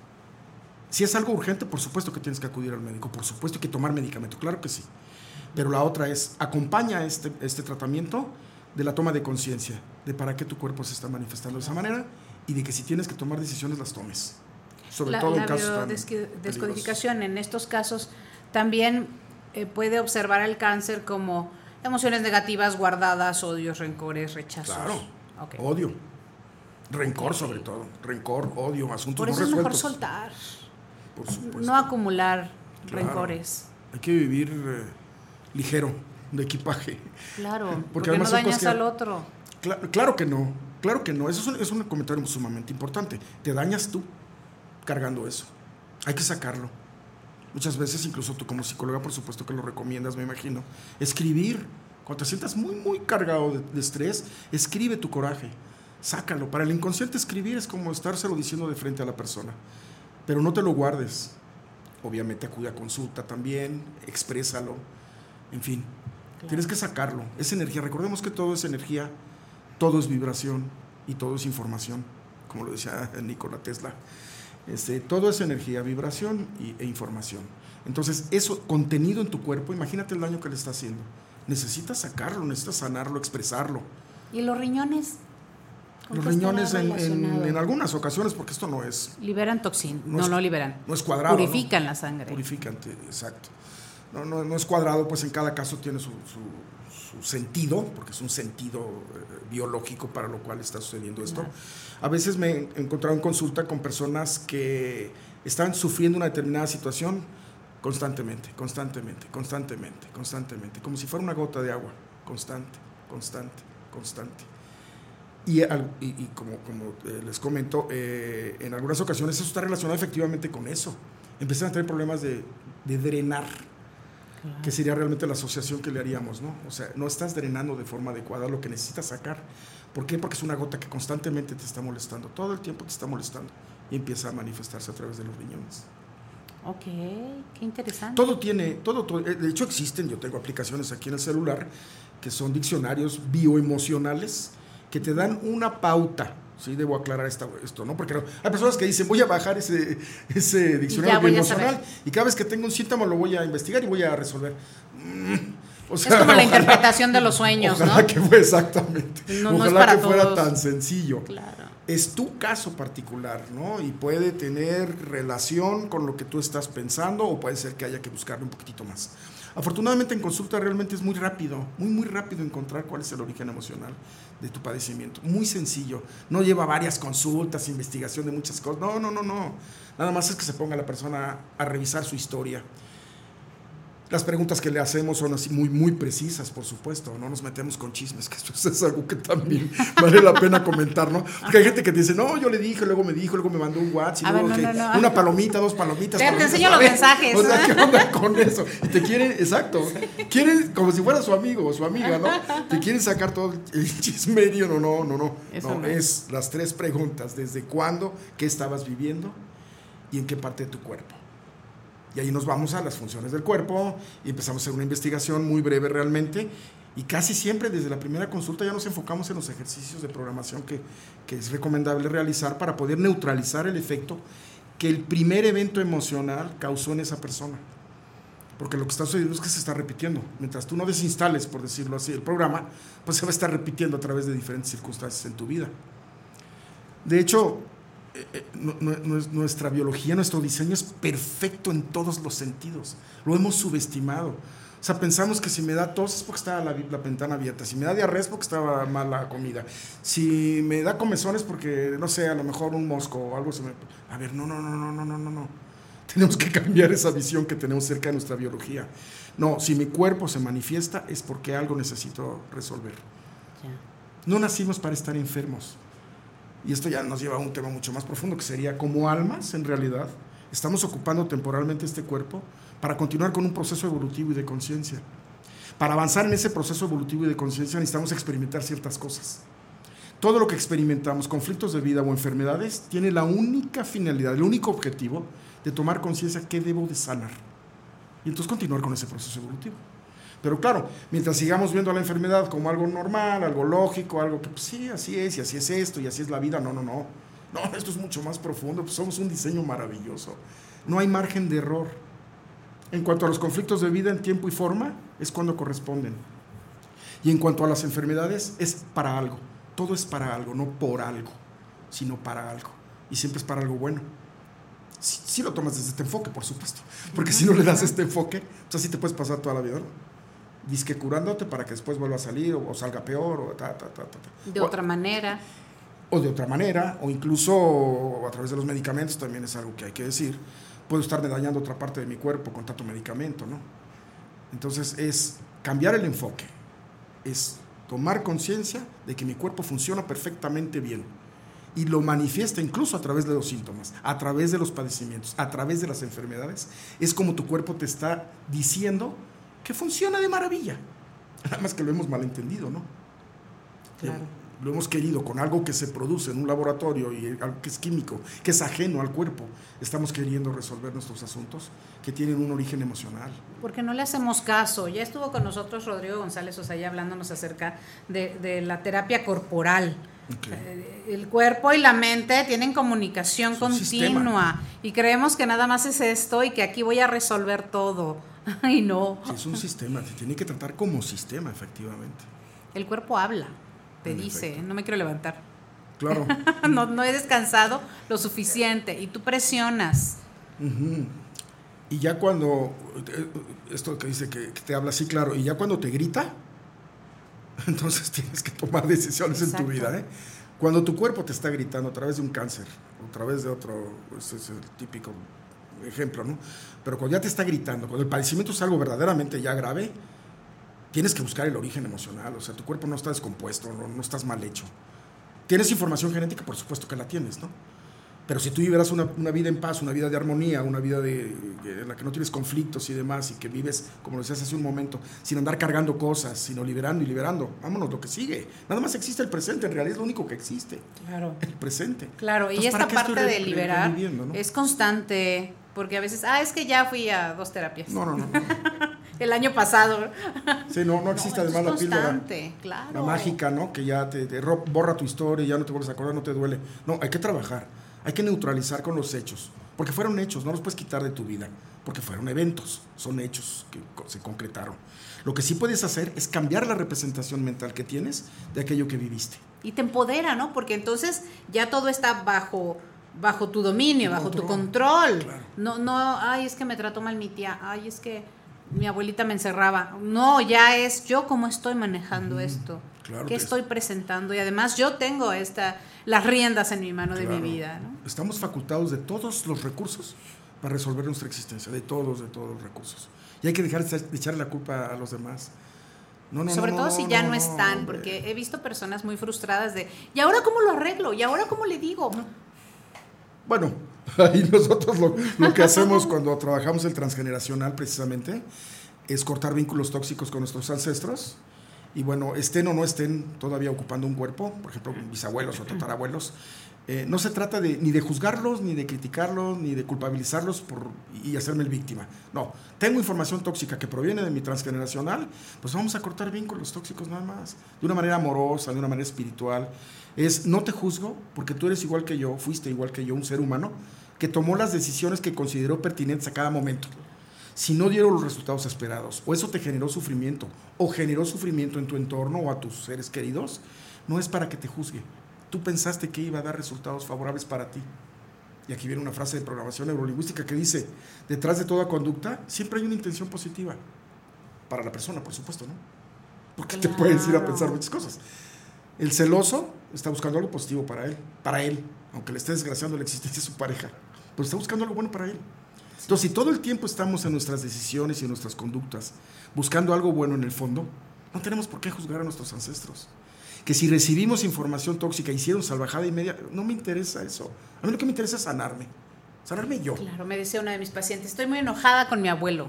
Si es algo urgente, por supuesto que tienes que acudir al médico, por supuesto que tomar medicamento, claro que sí. Pero la otra es, acompaña este, este tratamiento de la toma de conciencia, de para qué tu cuerpo se está manifestando de esa manera y de que si tienes que tomar decisiones, las tomes. Sobre
la,
todo
la
en casos tan
biodescodificación en estos casos también eh, puede observar el cáncer como emociones negativas guardadas, odios, rencores, rechazos.
Claro,
okay.
Odio, rencor sobre todo, rencor, odio, asuntos
Por eso
no
es mejor
resueltos.
soltar,
Por supuesto.
no acumular
Claro.
rencores.
Hay que vivir eh, ligero, de equipaje.
Claro, porque,
Porque
no
además son
dañas
cosas que-
al otro.
Claro, claro que no, claro que no. Eso es un, es un comentario sumamente importante. Te dañas tú cargando eso. Hay que sacarlo. Muchas veces, incluso tú como psicóloga, por supuesto que lo recomiendas, me imagino. Escribir. Cuando te sientas muy, muy cargado de, de estrés, escribe tu coraje. Sácalo. Para el inconsciente escribir es como estárselo diciendo de frente a la persona. Pero no te lo guardes. Obviamente acude a consulta también, exprésalo. En fin, claro. Tienes que sacarlo. Es energía. Recordemos que todo es energía, todo es vibración y todo es información, como lo decía Nikola Tesla. Este, todo es energía, vibración y, e información. Entonces, eso contenido en tu cuerpo, imagínate el daño que le está haciendo. Necesitas sacarlo, necesitas sanarlo, expresarlo.
¿Y los riñones?
Los riñones en, en, en algunas ocasiones, porque esto no es...
Liberan toxina. No,
no, es,
no liberan.
No es cuadrado.
Purifican
¿no?
la sangre.
Purifican, exacto. no, no, no es cuadrado, pues en cada caso tiene su, su, su sentido, porque es un sentido eh, biológico para lo cual está sucediendo esto. Claro. A veces me he encontrado en consulta con personas que están sufriendo una determinada situación constantemente, constantemente, constantemente, constantemente, como si fuera una gota de agua, constante, constante, constante. Y, y, y como, como eh, les comento, eh, en algunas ocasiones eso está relacionado efectivamente con eso. Empiezan a tener problemas de, de drenar, claro. que sería realmente la asociación que le haríamos, ¿no? O sea, no estás drenando de forma adecuada lo que necesitas sacar. ¿Por qué? Porque es una gota que constantemente te está molestando, todo el tiempo te está molestando y empieza a manifestarse a través de los riñones.
Ok, qué interesante.
Todo tiene, todo, todo, de hecho existen, yo tengo aplicaciones aquí en el celular que son diccionarios bioemocionales que te dan una pauta. Sí, debo aclarar esta, esto, ¿no? Porque hay personas que dicen, voy a bajar ese, ese diccionario bioemocional y cada vez que tengo un síntoma lo voy a investigar y voy a resolver. Mm, o sea,
es como
ojalá,
la interpretación de los sueños,
ojalá
¿no?
que fuera exactamente.
No,
ojalá
no es para
que fuera
todos.
tan sencillo.
Claro.
Es tu caso particular, ¿no? Y puede tener relación con lo que tú estás pensando o puede ser que haya que buscarle un poquitito más. Afortunadamente en consulta realmente es muy rápido, muy muy rápido encontrar cuál es el origen emocional de tu padecimiento. Muy sencillo, no lleva varias consultas, investigación de muchas cosas, no, no, no, no. Nada más es que se ponga la persona a revisar su historia. Las preguntas que le hacemos son así muy, muy precisas, por supuesto, no nos metemos con chismes, que eso es algo que también vale la pena comentar, ¿no? Porque hay gente que dice, no, yo le dije, luego me dijo, luego me mandó un WhatsApp, y luego
ver, no,
que
no, no.
una palomita, dos palomitas.
Te,
palomitas
te enseño los
ver,
mensajes.
O sea, ¿qué onda con eso? Y te quieren, exacto, quieren, como si fuera su amigo o su amiga, ¿no? Te quieren sacar todo el chismerio, no, no, no, no.
Eso
no,
no.
Es las tres preguntas, ¿desde cuándo, qué estabas viviendo y en qué parte de tu cuerpo? Y ahí nos vamos a las funciones del cuerpo y empezamos a hacer una investigación muy breve realmente y casi siempre desde la primera consulta ya nos enfocamos en los ejercicios de programación que, que es recomendable realizar para poder neutralizar el efecto que el primer evento emocional causó en esa persona. Porque lo que está sucediendo es que se está repitiendo. Mientras tú no desinstales, por decirlo así, el programa, pues se va a estar repitiendo a través de diferentes circunstancias en tu vida. De hecho, Eh, no, no, no, nuestra biología, nuestro diseño es perfecto en todos los sentidos. Lo hemos subestimado. O sea, pensamos que si me da tos es porque estaba la, la ventana abierta, si me da diarrea es porque estaba mala comida, si me da comezón es porque, no sé, a lo mejor un mosco o algo se me... A ver, no, no, no, no, no, no, no, no. Tenemos que cambiar esa visión que tenemos cerca de nuestra biología. No, si mi cuerpo se manifiesta es porque algo necesito resolver. Yeah. No nacimos para estar enfermos. Y esto ya nos lleva a un tema mucho más profundo, que sería como almas, en realidad, estamos ocupando temporalmente este cuerpo para continuar con un proceso evolutivo y de conciencia. Para avanzar en ese proceso evolutivo y de conciencia necesitamos experimentar ciertas cosas. Todo lo que experimentamos, conflictos de vida o enfermedades, tiene la única finalidad, el único objetivo de tomar conciencia qué debo de sanar. Y entonces continuar con ese proceso evolutivo. Pero claro, mientras sigamos viendo a la enfermedad como algo normal, algo lógico, algo que pues sí, así es, y así es esto, y así es la vida, no, no, no. No, esto es mucho más profundo, pues somos un diseño maravilloso. No hay margen de error. En cuanto a los conflictos de vida en tiempo y forma, es cuando corresponden. Y en cuanto a las enfermedades, es para algo. Todo es para algo, no por algo, sino para algo. Y siempre es para algo bueno. Si, si lo tomas desde este enfoque, por supuesto. Porque si no le das este enfoque, pues así te puedes pasar toda la vida, ¿no? Disque curándote para que después vuelva a salir o, o salga peor o ta, ta, ta, ta, ta.
De
o,
otra manera.
O de otra manera, o incluso a través de los medicamentos, también es algo que hay que decir. Puedo estarme dañando otra parte de mi cuerpo con tanto medicamento, ¿no? Entonces es cambiar el enfoque, es tomar conciencia de que mi cuerpo funciona perfectamente bien y lo manifiesta incluso a través de los síntomas, a través de los padecimientos, a través de las enfermedades. Es como tu cuerpo te está diciendo que funciona de maravilla. Nada más que lo hemos malentendido, ¿no?
Claro.
Lo hemos querido con algo que se produce en un laboratorio y algo que es químico, que es ajeno al cuerpo. Estamos queriendo resolver nuestros asuntos que tienen un origen emocional.
Porque no le hacemos caso. Ya estuvo con nosotros Rodrigo González Osaya hablándonos acerca de, de la terapia corporal. Okay. El cuerpo y la mente tienen comunicación continua sistema. Y creemos que nada más es esto y que aquí voy a resolver todo. Ay, no.
Sí, es un sistema, se tiene que tratar como sistema, efectivamente.
El cuerpo habla, te en dice, efecto. No me quiero levantar.
Claro.
no, no he descansado lo suficiente y tú presionas.
Uh-huh. Y ya cuando esto que dice que, que te habla así, claro, y ya cuando te grita, entonces tienes que tomar decisiones Exacto. en tu vida, ¿eh? Cuando tu cuerpo te está gritando a través de un cáncer, o a través de otro, ese es el típico ejemplo, ¿no? Pero cuando ya te está gritando, cuando el padecimiento es algo verdaderamente ya grave, tienes que buscar el origen emocional, o sea, tu cuerpo no está descompuesto, no, no estás mal hecho. ¿Tienes información genética? Por supuesto que la tienes, ¿no? Pero si tú vivieras una, una vida en paz, una vida de armonía, una vida de, de, en la que no tienes conflictos y demás, y que vives, como lo decías hace un momento, sin andar cargando cosas, sino liberando y liberando, vámonos, lo que sigue. Nada más existe el presente, en realidad es lo único que existe.
Claro.
El presente.
Claro,
Entonces,
y esta parte de liberar
¿no?
es constante, porque a veces, ah, es que ya fui a dos terapias.
No, no, no. no.
El año pasado.
Sí, no, no existe no, además la píldora.
Claro.
La mágica, ¿no? Que ya te, te borra tu historia y ya no te vuelves a acordar, no te duele. No, hay que trabajar. Hay que neutralizar con los hechos, porque fueron hechos, no los puedes quitar de tu vida, porque fueron eventos, son hechos que se concretaron. Lo que sí puedes hacer es cambiar la representación mental que tienes de aquello que viviste.
Y te empodera, ¿no? Porque entonces ya todo está bajo, bajo tu dominio, bajo control. tu control. Claro. No, no, ay, es que me trató mal mi tía, ay, es que mi abuelita me encerraba. No, ya es yo cómo estoy manejando uh-huh. esto. Claro ¿Qué estoy es. presentando? Y además yo tengo esta, las riendas en mi mano claro. de mi vida, ¿no?
Estamos facultados de todos los recursos para resolver nuestra existencia, de todos, de todos los recursos. Y hay que dejar de echarle la culpa a los demás. No, no,
Sobre
no,
todo
no,
si
no,
ya
no,
no están,
no,
porque he visto personas muy frustradas de, ¿y ahora cómo lo arreglo? ¿Y ahora cómo le digo?
Bueno, ahí nosotros lo, lo que hacemos cuando trabajamos el transgeneracional precisamente es cortar vínculos tóxicos con nuestros ancestros. Y bueno, estén o no estén todavía ocupando un cuerpo, por ejemplo, bisabuelos o tatarabuelos, eh, no se trata de, ni de juzgarlos, ni de criticarlos, ni de culpabilizarlos por, y hacerme el víctima. No, tengo información tóxica que proviene de mi transgeneracional, pues vamos a cortar vínculos tóxicos nada más, de una manera amorosa, de una manera espiritual. Es, no te juzgo, porque tú eres igual que yo, fuiste igual que yo, un ser humano, que tomó las decisiones que consideró pertinentes a cada momento. Si no dieron los resultados esperados, o eso te generó sufrimiento, o generó sufrimiento en tu entorno o a tus seres queridos, no es para que te juzgue. Tú pensaste que iba a dar resultados favorables para ti. Y aquí viene una frase de programación neurolingüística que dice, detrás de toda conducta siempre hay una intención positiva. Para la persona, por supuesto, ¿no? Porque claro. te puedes ir a pensar muchas cosas. El celoso está buscando algo positivo para él, para él, aunque le esté desgraciando la existencia de su pareja, pero está buscando algo bueno para él. Entonces, si todo el tiempo estamos en nuestras decisiones y en nuestras conductas buscando algo bueno en el fondo, no tenemos por qué juzgar a nuestros ancestros. Que si recibimos información tóxica y hicieron salvajada y media, no me interesa eso. A mí lo que me interesa es sanarme, sanarme yo.
Claro, me decía una de mis pacientes, estoy muy enojada con mi abuelo.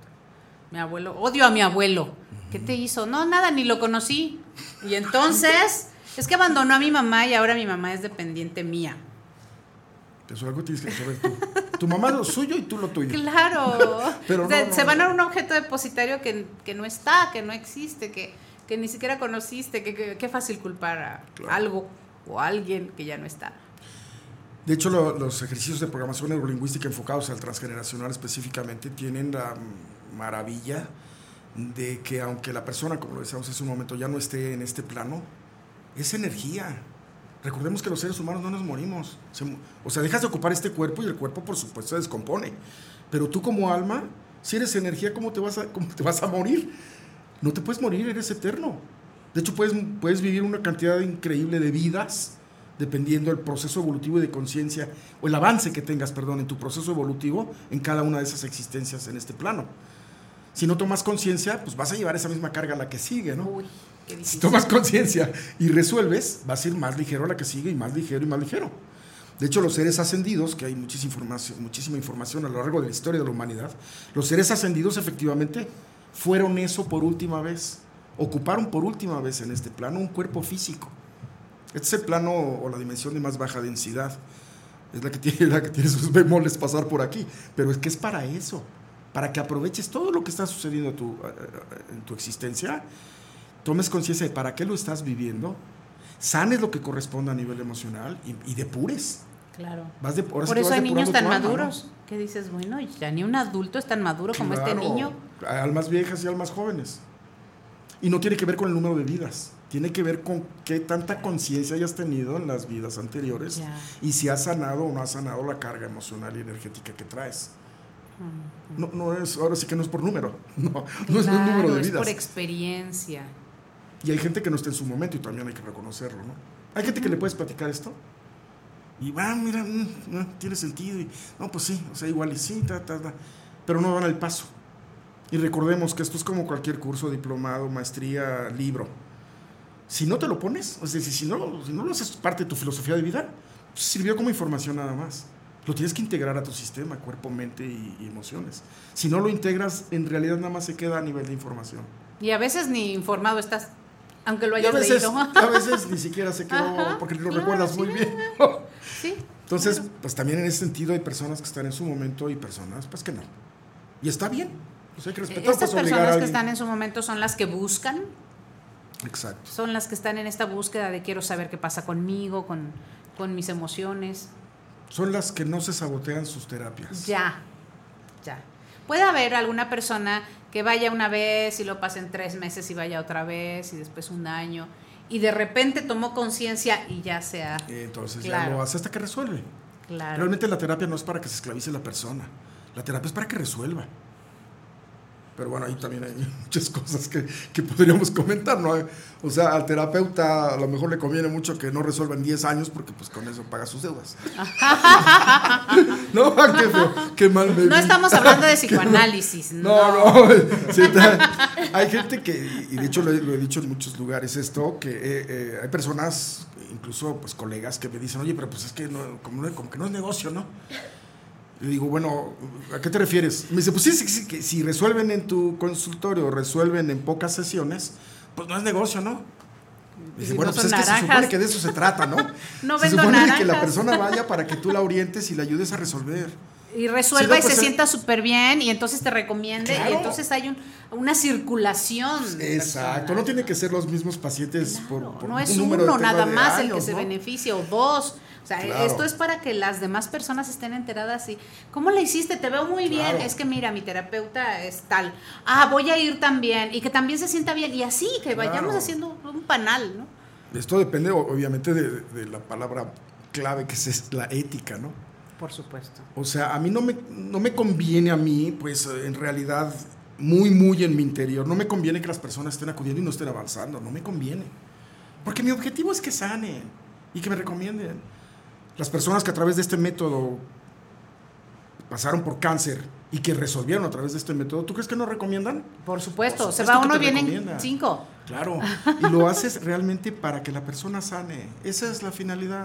Mi abuelo, odio a mi abuelo. ¿Qué te hizo? No, nada, ni lo conocí. Y entonces, es que abandonó a mi mamá y ahora mi mamá es dependiente mía.
Eso algo tienes que saber tú. Tu mamá lo suyo y tú lo tuyo.
Claro.
Pero
se,
no, no,
se van
no.
a un objeto depositario que, que no está, que no existe, que, que ni siquiera conociste, que, que, que fácil culpar a claro. algo o a alguien que ya no está.
De hecho, lo, los ejercicios de programación neurolingüística enfocados al transgeneracional específicamente tienen la maravilla de que aunque la persona, como lo decíamos hace un momento, ya no esté en este plano, es energía. Recordemos que los seres humanos no nos morimos. Se, o sea, dejas de ocupar este cuerpo y el cuerpo, por supuesto, se descompone. Pero tú como alma, si eres energía, ¿cómo te vas a, cómo te vas a morir? No te puedes morir, eres eterno. De hecho, puedes, puedes vivir una cantidad increíble de vidas dependiendo del proceso evolutivo y de conciencia, o el avance que tengas, perdón, en tu proceso evolutivo en cada una de esas existencias en este plano. Si no tomas conciencia, pues vas a llevar esa misma carga a la que sigue, ¿no?
Uy, qué difícil.
Si tomas conciencia y resuelves, vas a ir más ligero a la que sigue y más ligero y más ligero. De hecho, los seres ascendidos, que hay muchísima información, muchísima información a lo largo de la historia de la humanidad, los seres ascendidos efectivamente fueron eso por última vez, ocuparon por última vez en este plano un cuerpo físico. Este es el plano o la dimensión de más baja densidad, es la que tiene, la que tiene sus bemoles pasar por aquí, pero es que es para eso, para que aproveches todo lo que está sucediendo en tu, en tu existencia, tomes conciencia de para qué lo estás viviendo, sanes lo que corresponda a nivel emocional y, y depures.
Claro.
Vas de,
Por eso hay niños tan maduros, ¿no? Que dices, bueno, ya ni un adulto es tan maduro claro, como este niño.
Almas viejas y almas jóvenes. Y no tiene que ver con el número de vidas, tiene que ver con qué tanta conciencia hayas tenido en las vidas anteriores ya. Y si has sanado o no has sanado la carga emocional y energética que traes. No, no es, ahora sí que no es por número, no, no es
Claro,
un número de
es
vidas.
por experiencia.
Y hay gente que no está en su momento y también hay que reconocerlo, ¿no? Hay gente que le puedes platicar esto y va, ah, mira, mm, no, tiene sentido. Y, no, pues sí, o sea, igual y sí, ta, ta, ta, pero no dan el paso. Y recordemos que esto es como cualquier curso, diplomado, maestría, libro. Si no te lo pones, o sea, si, si, no, si no lo haces parte de tu filosofía de vida, pues sirvió como información nada más. Lo tienes que integrar a tu sistema, cuerpo, mente y, y emociones. Si no lo integras, en realidad nada más se queda a nivel de información.
Y a veces ni informado estás, aunque lo
Y
hayas
a veces,
leído.
a veces ni siquiera se quedó,
Ajá,
porque lo
claro,
recuerdas
sí,
muy bien.
Sí.
Entonces,
claro.
pues también en ese sentido hay personas que están en su momento y personas pues que no. Y está bien. Pues hay que respetar.
Estas
pues, obligar a
personas que
alguien.
están en su momento son las que buscan,
Exacto.
son las que están en esta búsqueda de quiero saber qué pasa conmigo, con, con mis emociones.
Son las que no se sabotean sus terapias.
Ya, ya. Puede haber alguna persona que vaya una vez y lo pasen tres meses y vaya otra vez y después un año y de repente tomó conciencia y ya sea.
Entonces
claro.
ya lo hace hasta que resuelve.
Claro.
Realmente la terapia no es para que se esclavice la persona. La terapia es para que resuelva. Pero bueno, ahí también hay muchas cosas que, que podríamos comentar, ¿no? O sea, al terapeuta a lo mejor le conviene mucho que no resuelva en diez años porque pues con eso paga sus deudas. No, qué feo, qué mal me
No
vi.
estamos hablando de psicoanálisis.
No,
no.
no. Sí, ta- hay gente que, y de hecho lo he, lo he dicho en muchos lugares esto, que eh, eh, hay personas, incluso pues colegas que me dicen, oye, pero pues es que no, como, no- como que no es negocio, ¿no? Le digo, bueno, ¿a qué te refieres? Me dice, pues sí, sí, sí, que si resuelven en tu consultorio, resuelven en pocas sesiones, pues no es negocio, ¿no? Me dice,
Si
bueno,
no
pues es
son
que se
naranjas.
supone que de eso se trata, ¿no?
No
se
vendo
supone
naranjas.
que la persona vaya para que tú la orientes y la ayudes a resolver.
Y resuelva
Sí, no,
y
pues,
se
eh,
sienta súper bien y entonces te recomiende
Claro.
y entonces hay un, una circulación.
Exacto, no tiene que ser los mismos pacientes por, por
No es
un número de
uno
tema
nada
de
más el
años,
que se
¿no?
beneficie o dos. O sea,
Claro.
esto es para que las demás personas estén enteradas y ¿cómo le hiciste? Te veo muy
Claro.
bien. Es que mira, mi terapeuta es tal. Ah, voy a ir también y que también se sienta bien y así que vayamos
Claro.
haciendo un panal, ¿no?
Esto depende o- obviamente de, de la palabra clave que es la ética, ¿no?
Por supuesto.
O sea, a mí no me, no me conviene a mí, pues eh, en realidad, muy, muy en mi interior, no me conviene que las personas estén acudiendo y no estén avanzando, no me conviene. Porque mi objetivo es que sanen y que me recomienden. Las personas que a través de este método pasaron por cáncer y que resolvieron a través de este método, ¿tú crees que no recomiendan?
Por supuesto,
Por
se
supuesto
va
que
uno y
te
vienen
recomienda.
cinco.
Claro, y lo haces realmente para que la persona sane. Esa es la finalidad.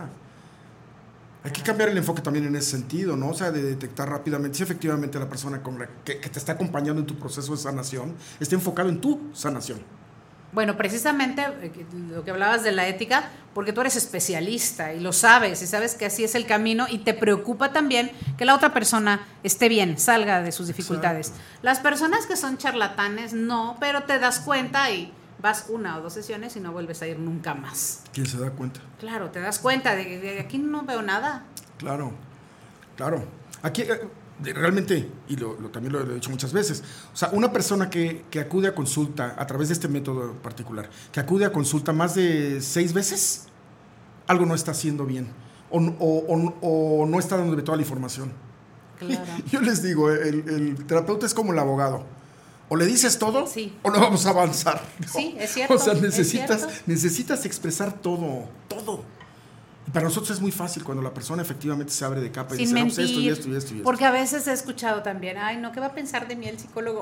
Hay que cambiar el enfoque también en ese sentido, ¿no? O sea, de detectar rápidamente si efectivamente la persona con la que, que te está acompañando en tu proceso de sanación está enfocado en tu sanación.
Bueno, precisamente eh, lo que hablabas de la ética, porque tú eres especialista y lo sabes, y sabes que así es el camino y te preocupa también que la otra persona esté bien, salga de sus dificultades.
Exacto.
Las personas que son charlatanes, no, pero te das cuenta y vas una o dos sesiones y no vuelves a ir nunca más.
¿Quién se da cuenta?
Claro, te das cuenta de que de aquí no veo nada.
Claro, claro. Aquí eh, realmente, y lo, lo- también lo he dicho muchas veces, o sea, una persona que, que acude a consulta a través de este método particular, que acude a consulta más de seis veces, algo no está haciendo bien o, o- o- o no está dándole toda la información.
Claro.
Yo les digo, el, el terapeuta es como el abogado. O le dices todo
Sí.
o no vamos a avanzar. ¿no?
Sí, es cierto,
O sea,
es
necesitas,
cierto.
necesitas expresar todo, todo. Y para nosotros es muy fácil cuando la persona efectivamente se abre de capa y
Sin
dice, no, pues esto y
mentir,
esto y esto y esto.
porque a veces he escuchado también, ay, no, ¿qué va a pensar de mí el psicólogo?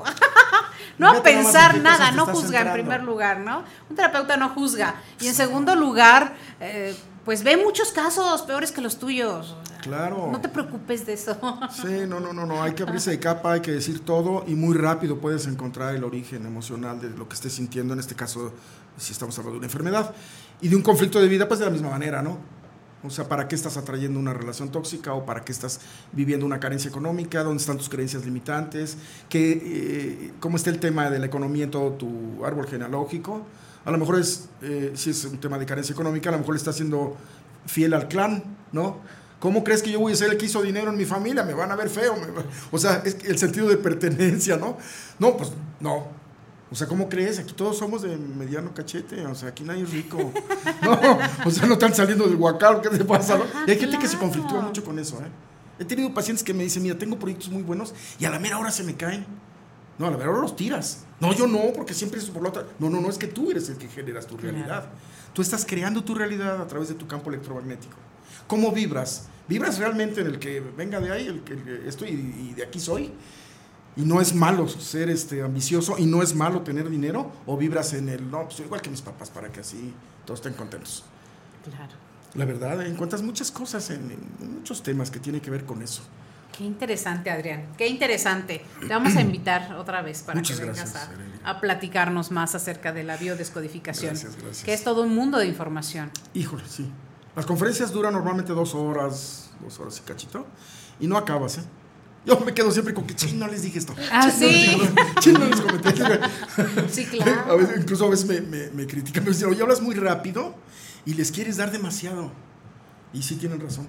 No
Fíjate
a
nomás
pensar
en qué
nada,
cosas te
no
estás
juzga en
centrando.
primer lugar, ¿no? Un terapeuta no juzga. Y en segundo lugar, eh, pues ve muchos casos peores que los tuyos.
Claro.
No te preocupes de eso.
Sí, no, no, no, no, hay que abrirse de capa, hay que decir todo y muy rápido puedes encontrar el origen emocional de lo que estés sintiendo, en este caso, si estamos hablando de una enfermedad. Y de un conflicto de vida, pues de la misma manera, ¿no? O sea, ¿para qué estás atrayendo una relación tóxica o para qué estás viviendo una carencia económica? ¿Dónde están tus creencias limitantes? ¿Qué, eh, ¿Cómo está el tema de la economía en todo tu árbol genealógico? A lo mejor es, eh, si es un tema de carencia económica, a lo mejor le estás siendo fiel al clan, ¿no? ¿Cómo crees que yo voy a ser el que hizo dinero en mi familia? Me van a ver feo. Me va- O sea, es el sentido de pertenencia, ¿no? No, pues no. O sea, ¿cómo crees? Aquí todos somos de mediano cachete. O sea, aquí nadie es rico. No, o sea, no están saliendo del huacal. ¿Qué te pasa? ¿No? Y hay gente que se conflictúa mucho con eso, ¿eh? He tenido pacientes que me dicen, mira, tengo proyectos muy buenos y a la mera hora se me caen. No, a la mera hora los tiras. No, yo no, porque siempre es por la otra. No, no, no, es que tú eres el que generas tu realidad. Claro. Tú estás creando tu realidad a través de tu campo electromagnético. ¿Cómo vibras? ¿Vibras realmente en el que venga de ahí, el que, el que estoy y, y de aquí soy? Y no es malo ser este, ambicioso y no es malo tener dinero, o vibras en el, no, pues igual que mis papás, para que así todos estén contentos.
Claro.
La verdad, encuentras muchas cosas en, en muchos temas que tienen que ver con eso.
Qué interesante, Adrián, qué interesante. Te vamos a invitar otra vez para
Muchas
que vengas
gracias,
a, a platicarnos más acerca de la biodescodificación,
gracias, gracias.
que es todo un mundo de información.
Híjole, sí. Las conferencias duran normalmente dos horas, dos horas y cachito, y no acabas, ¿eh? Yo me quedo siempre con que, ching, no les dije esto.
Ah,
ching,
sí.
No, ching, no les comenté.
Sí, claro.
A veces, incluso a veces me, me, me critican, me dicen, oye, hablas muy rápido y les quieres dar demasiado. Y sí tienen razón.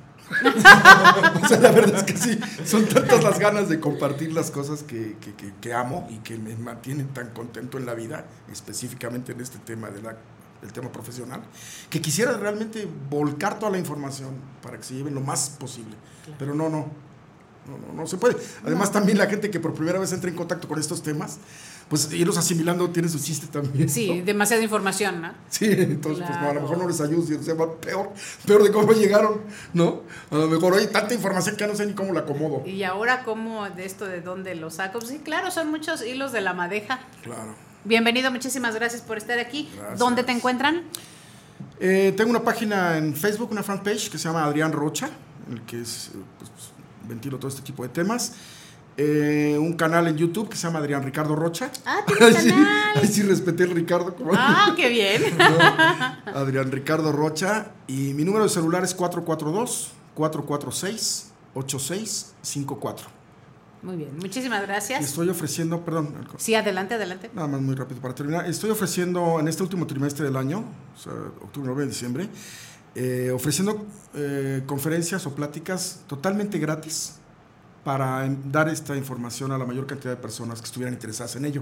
O sea, la verdad es que sí, son tantas las ganas de compartir las cosas que, que, que, que amo y que me mantienen tan contento en la vida, específicamente en este tema de la, del tema profesional, que quisiera realmente volcar toda la información para que se lleven lo más posible. Claro. Pero no, no. No, no, no se puede. Además, no. También la gente que por primera vez entra en contacto con estos temas, pues irlos asimilando tiene su chiste también.
Sí,
¿no?
Demasiada información, ¿no?
Sí, entonces,
claro.
Pues no, a lo mejor no les ayuda, o sea, va peor, peor de cómo llegaron, ¿no? A lo mejor hay tanta información que ya no sé ni cómo la acomodo.
Y ahora, ¿cómo de esto de dónde lo saco? Pues sí, claro, son muchos hilos de la madeja.
Claro.
Bienvenido, muchísimas gracias por estar aquí.
Gracias.
¿Dónde te encuentran?
Eh, tengo una página en Facebook, una fanpage que se llama Adrián Rocha, en el que es, pues, ventilo todo este tipo de temas. Eh, un canal en YouTube que se llama Adrián Ricardo Rocha.
Ah, ¿tienes
sí,
canal?
Ahí sí respeté el Ricardo. Como
ah, qué bien.
No, Adrián Ricardo Rocha. Y mi número de celular es cuatro cuatro dos, cuatro cuatro seis, ocho seis cinco cuatro.
Muy bien, muchísimas gracias.
Y estoy ofreciendo, perdón.
Sí, adelante, adelante.
Nada más muy rápido para terminar. Estoy ofreciendo en este último trimestre del año, o sea, octubre, noviembre, diciembre, eh, ofreciendo eh, conferencias o pláticas totalmente gratis para dar esta información a la mayor cantidad de personas que estuvieran interesadas en ello.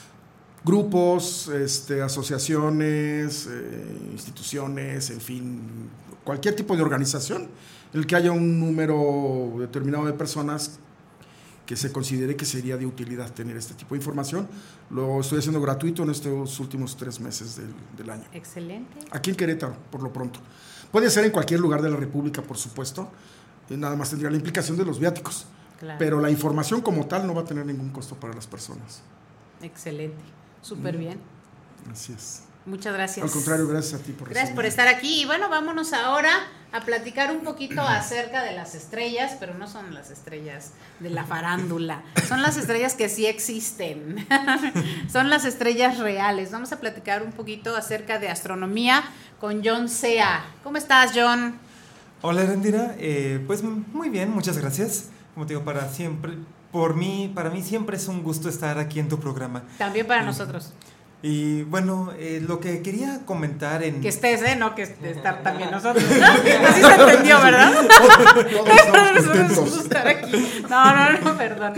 Grupos, este, asociaciones, eh, instituciones, en fin, cualquier tipo de organización en el que haya un número determinado de personas que se considere que sería de utilidad tener este tipo de información. Lo estoy haciendo gratuito en estos últimos tres meses del, del año.
Excelente.
Aquí en Querétaro, por lo pronto. Puede ser en cualquier lugar de la República, por supuesto. Eh, nada más tendría la implicación de los viáticos.
Claro.
Pero la información como tal no va a tener ningún costo para las personas.
Excelente. Súper mm. bien.
Así es.
Muchas gracias.
Al contrario, gracias a ti por
Gracias por estar aquí. Y bueno, vámonos ahora a platicar un poquito acerca de las estrellas, pero no son las estrellas de la farándula, son las estrellas que sí existen, son las estrellas reales. Vamos a platicar un poquito acerca de astronomía con John Sea. ¿Cómo estás, John?
Hola, Erendira. Eh, pues muy bien, muchas gracias. Como te digo, para siempre, por mí, para mí siempre es un gusto estar aquí en tu programa.
También para
eh,
nosotros.
Y bueno, eh, lo que quería comentar en...
Que estés, ¿eh? No que estar también nosotros. Así se entendió, ¿verdad?
Nosotros
estar aquí. No, no, no, perdón.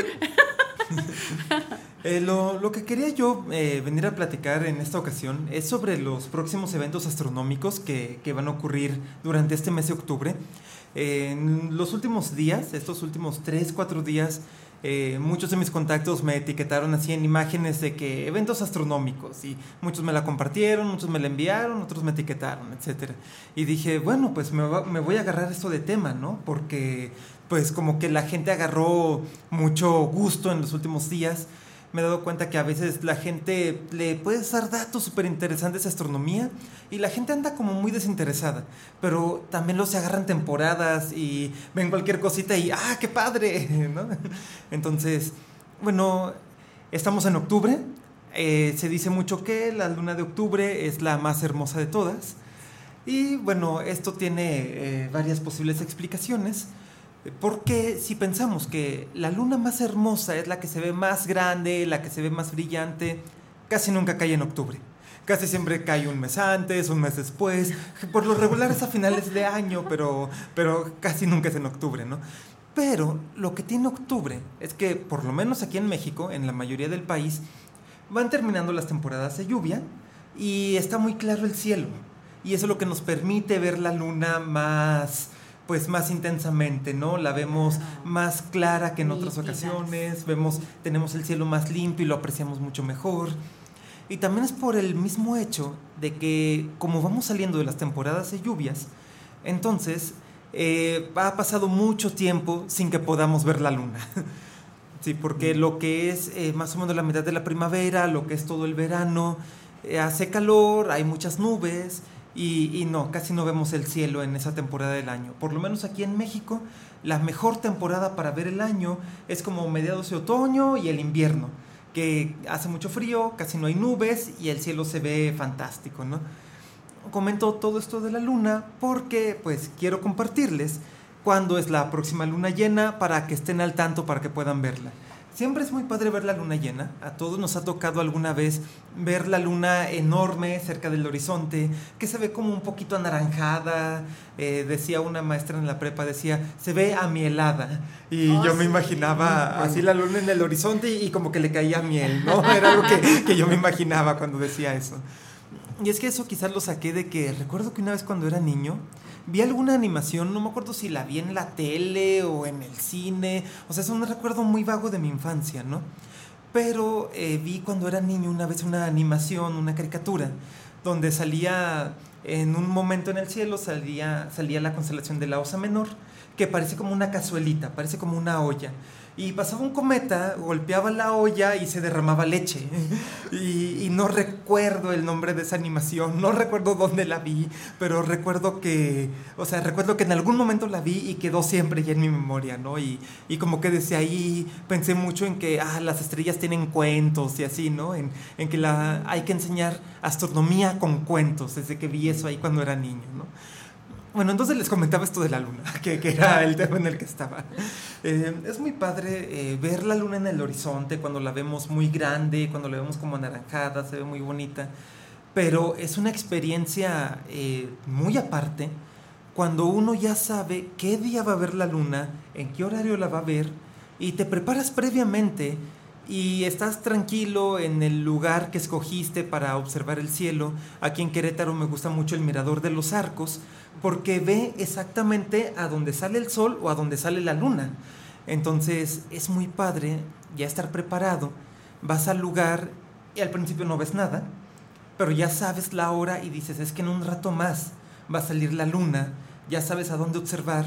Eh, lo, lo que quería yo eh, venir a platicar en esta ocasión es sobre los próximos eventos astronómicos que, que van a ocurrir durante este mes de octubre. Eh, en los últimos días, estos últimos tres, cuatro días, Eh, muchos de mis contactos me etiquetaron así en imágenes de que eventos astronómicos, y muchos me la compartieron, muchos me la enviaron, otros me etiquetaron, etcétera. Y dije, bueno, pues me, va, me voy a agarrar esto de tema, ¿no? Porque pues como que la gente agarró mucho gusto en los últimos días. Me he dado cuenta que a veces la gente le puedes dar datos súper interesantes de astronomía y la gente anda como muy desinteresada, pero también los se agarran temporadas y ven cualquier cosita y ¡ah, qué padre! ¿no? Entonces, bueno, estamos en octubre, eh, se dice mucho que la luna de octubre es la más hermosa de todas y bueno, esto tiene eh, varias posibles explicaciones. Porque si pensamos que la luna más hermosa es la que se ve más grande, la que se ve más brillante, casi nunca cae en octubre. Casi siempre cae un mes antes, un mes después. Por lo regular es a finales de año, pero, pero casi nunca es en octubre, ¿no? Pero lo que tiene octubre es que, por lo menos aquí en México, en la mayoría del país, van terminando las temporadas de lluvia y está muy claro el cielo. Y eso es lo que nos permite ver la luna más... pues más intensamente, ¿no? La vemos más clara que en otras
Nítidas.
ocasiones, vemos, tenemos el cielo más limpio y lo apreciamos mucho mejor. Y también es por el mismo hecho de que como vamos saliendo de las temporadas de lluvias, entonces eh, ha pasado mucho tiempo sin que podamos ver la luna. Sí, porque lo que es eh, más o menos la mitad de la primavera, lo que es todo el verano, eh, hace calor, hay muchas nubes y, y no, casi no vemos el cielo en esa temporada del año. Por lo menos aquí en México, la mejor temporada para ver el año es como mediados de otoño y el invierno, que hace mucho frío, casi no hay nubes y el cielo se ve fantástico, ¿no? Comento todo esto de la luna porque pues quiero compartirles cuándo es la próxima luna llena para que estén al tanto, para que puedan verla. Siempre es muy padre ver la luna llena. A todos nos ha tocado alguna vez ver la luna enorme cerca del horizonte, que se ve como un poquito anaranjada. Eh, decía una maestra en la prepa, decía, se ve amielada. Y oh, yo sí. me imaginaba así la luna en el horizonte y, y como que le caía miel, ¿no? Era algo que, que yo me imaginaba cuando decía eso. Y es que eso quizás lo saqué de que recuerdo que una vez cuando era niño vi alguna animación, no me acuerdo si la vi en la tele o en el cine, o sea, es un recuerdo muy vago de mi infancia, ¿no? Pero eh, vi cuando era niño una vez una animación, una caricatura, donde salía, en un momento en el cielo, salía, salía la constelación de la Osa Menor, que parece como una cazuelita, parece como una olla. Y pasaba un cometa, golpeaba la olla y se derramaba leche. Y, y no recuerdo el nombre de esa animación, no recuerdo dónde la vi, pero recuerdo que, o sea, recuerdo que en algún momento la vi y quedó siempre ya en mi memoria, ¿no? Y, y como que desde ahí pensé mucho en que, ah, las estrellas tienen cuentos y así, ¿no? En, en que la, hay que enseñar astronomía con cuentos, desde que vi eso ahí cuando era niño, ¿no? Bueno, entonces les comentaba esto de la luna, que, que era el tema en el que estaba. Eh, es muy padre eh, ver la luna en el horizonte cuando la vemos muy grande, cuando la vemos como anaranjada, se ve muy bonita. Pero es una experiencia eh, muy aparte cuando uno ya sabe qué día va a ver la luna, en qué horario la va a ver, y te preparas previamente y estás tranquilo en el lugar que escogiste para observar el cielo. Aquí en Querétaro me gusta mucho el Mirador de los Arcos, porque ve exactamente a donde sale el sol o a donde sale la luna. Entonces es muy padre ya estar preparado. Vas al lugar y al principio no ves nada, pero ya sabes la hora y dices, es que en un rato más va a salir la luna, ya sabes a dónde observar.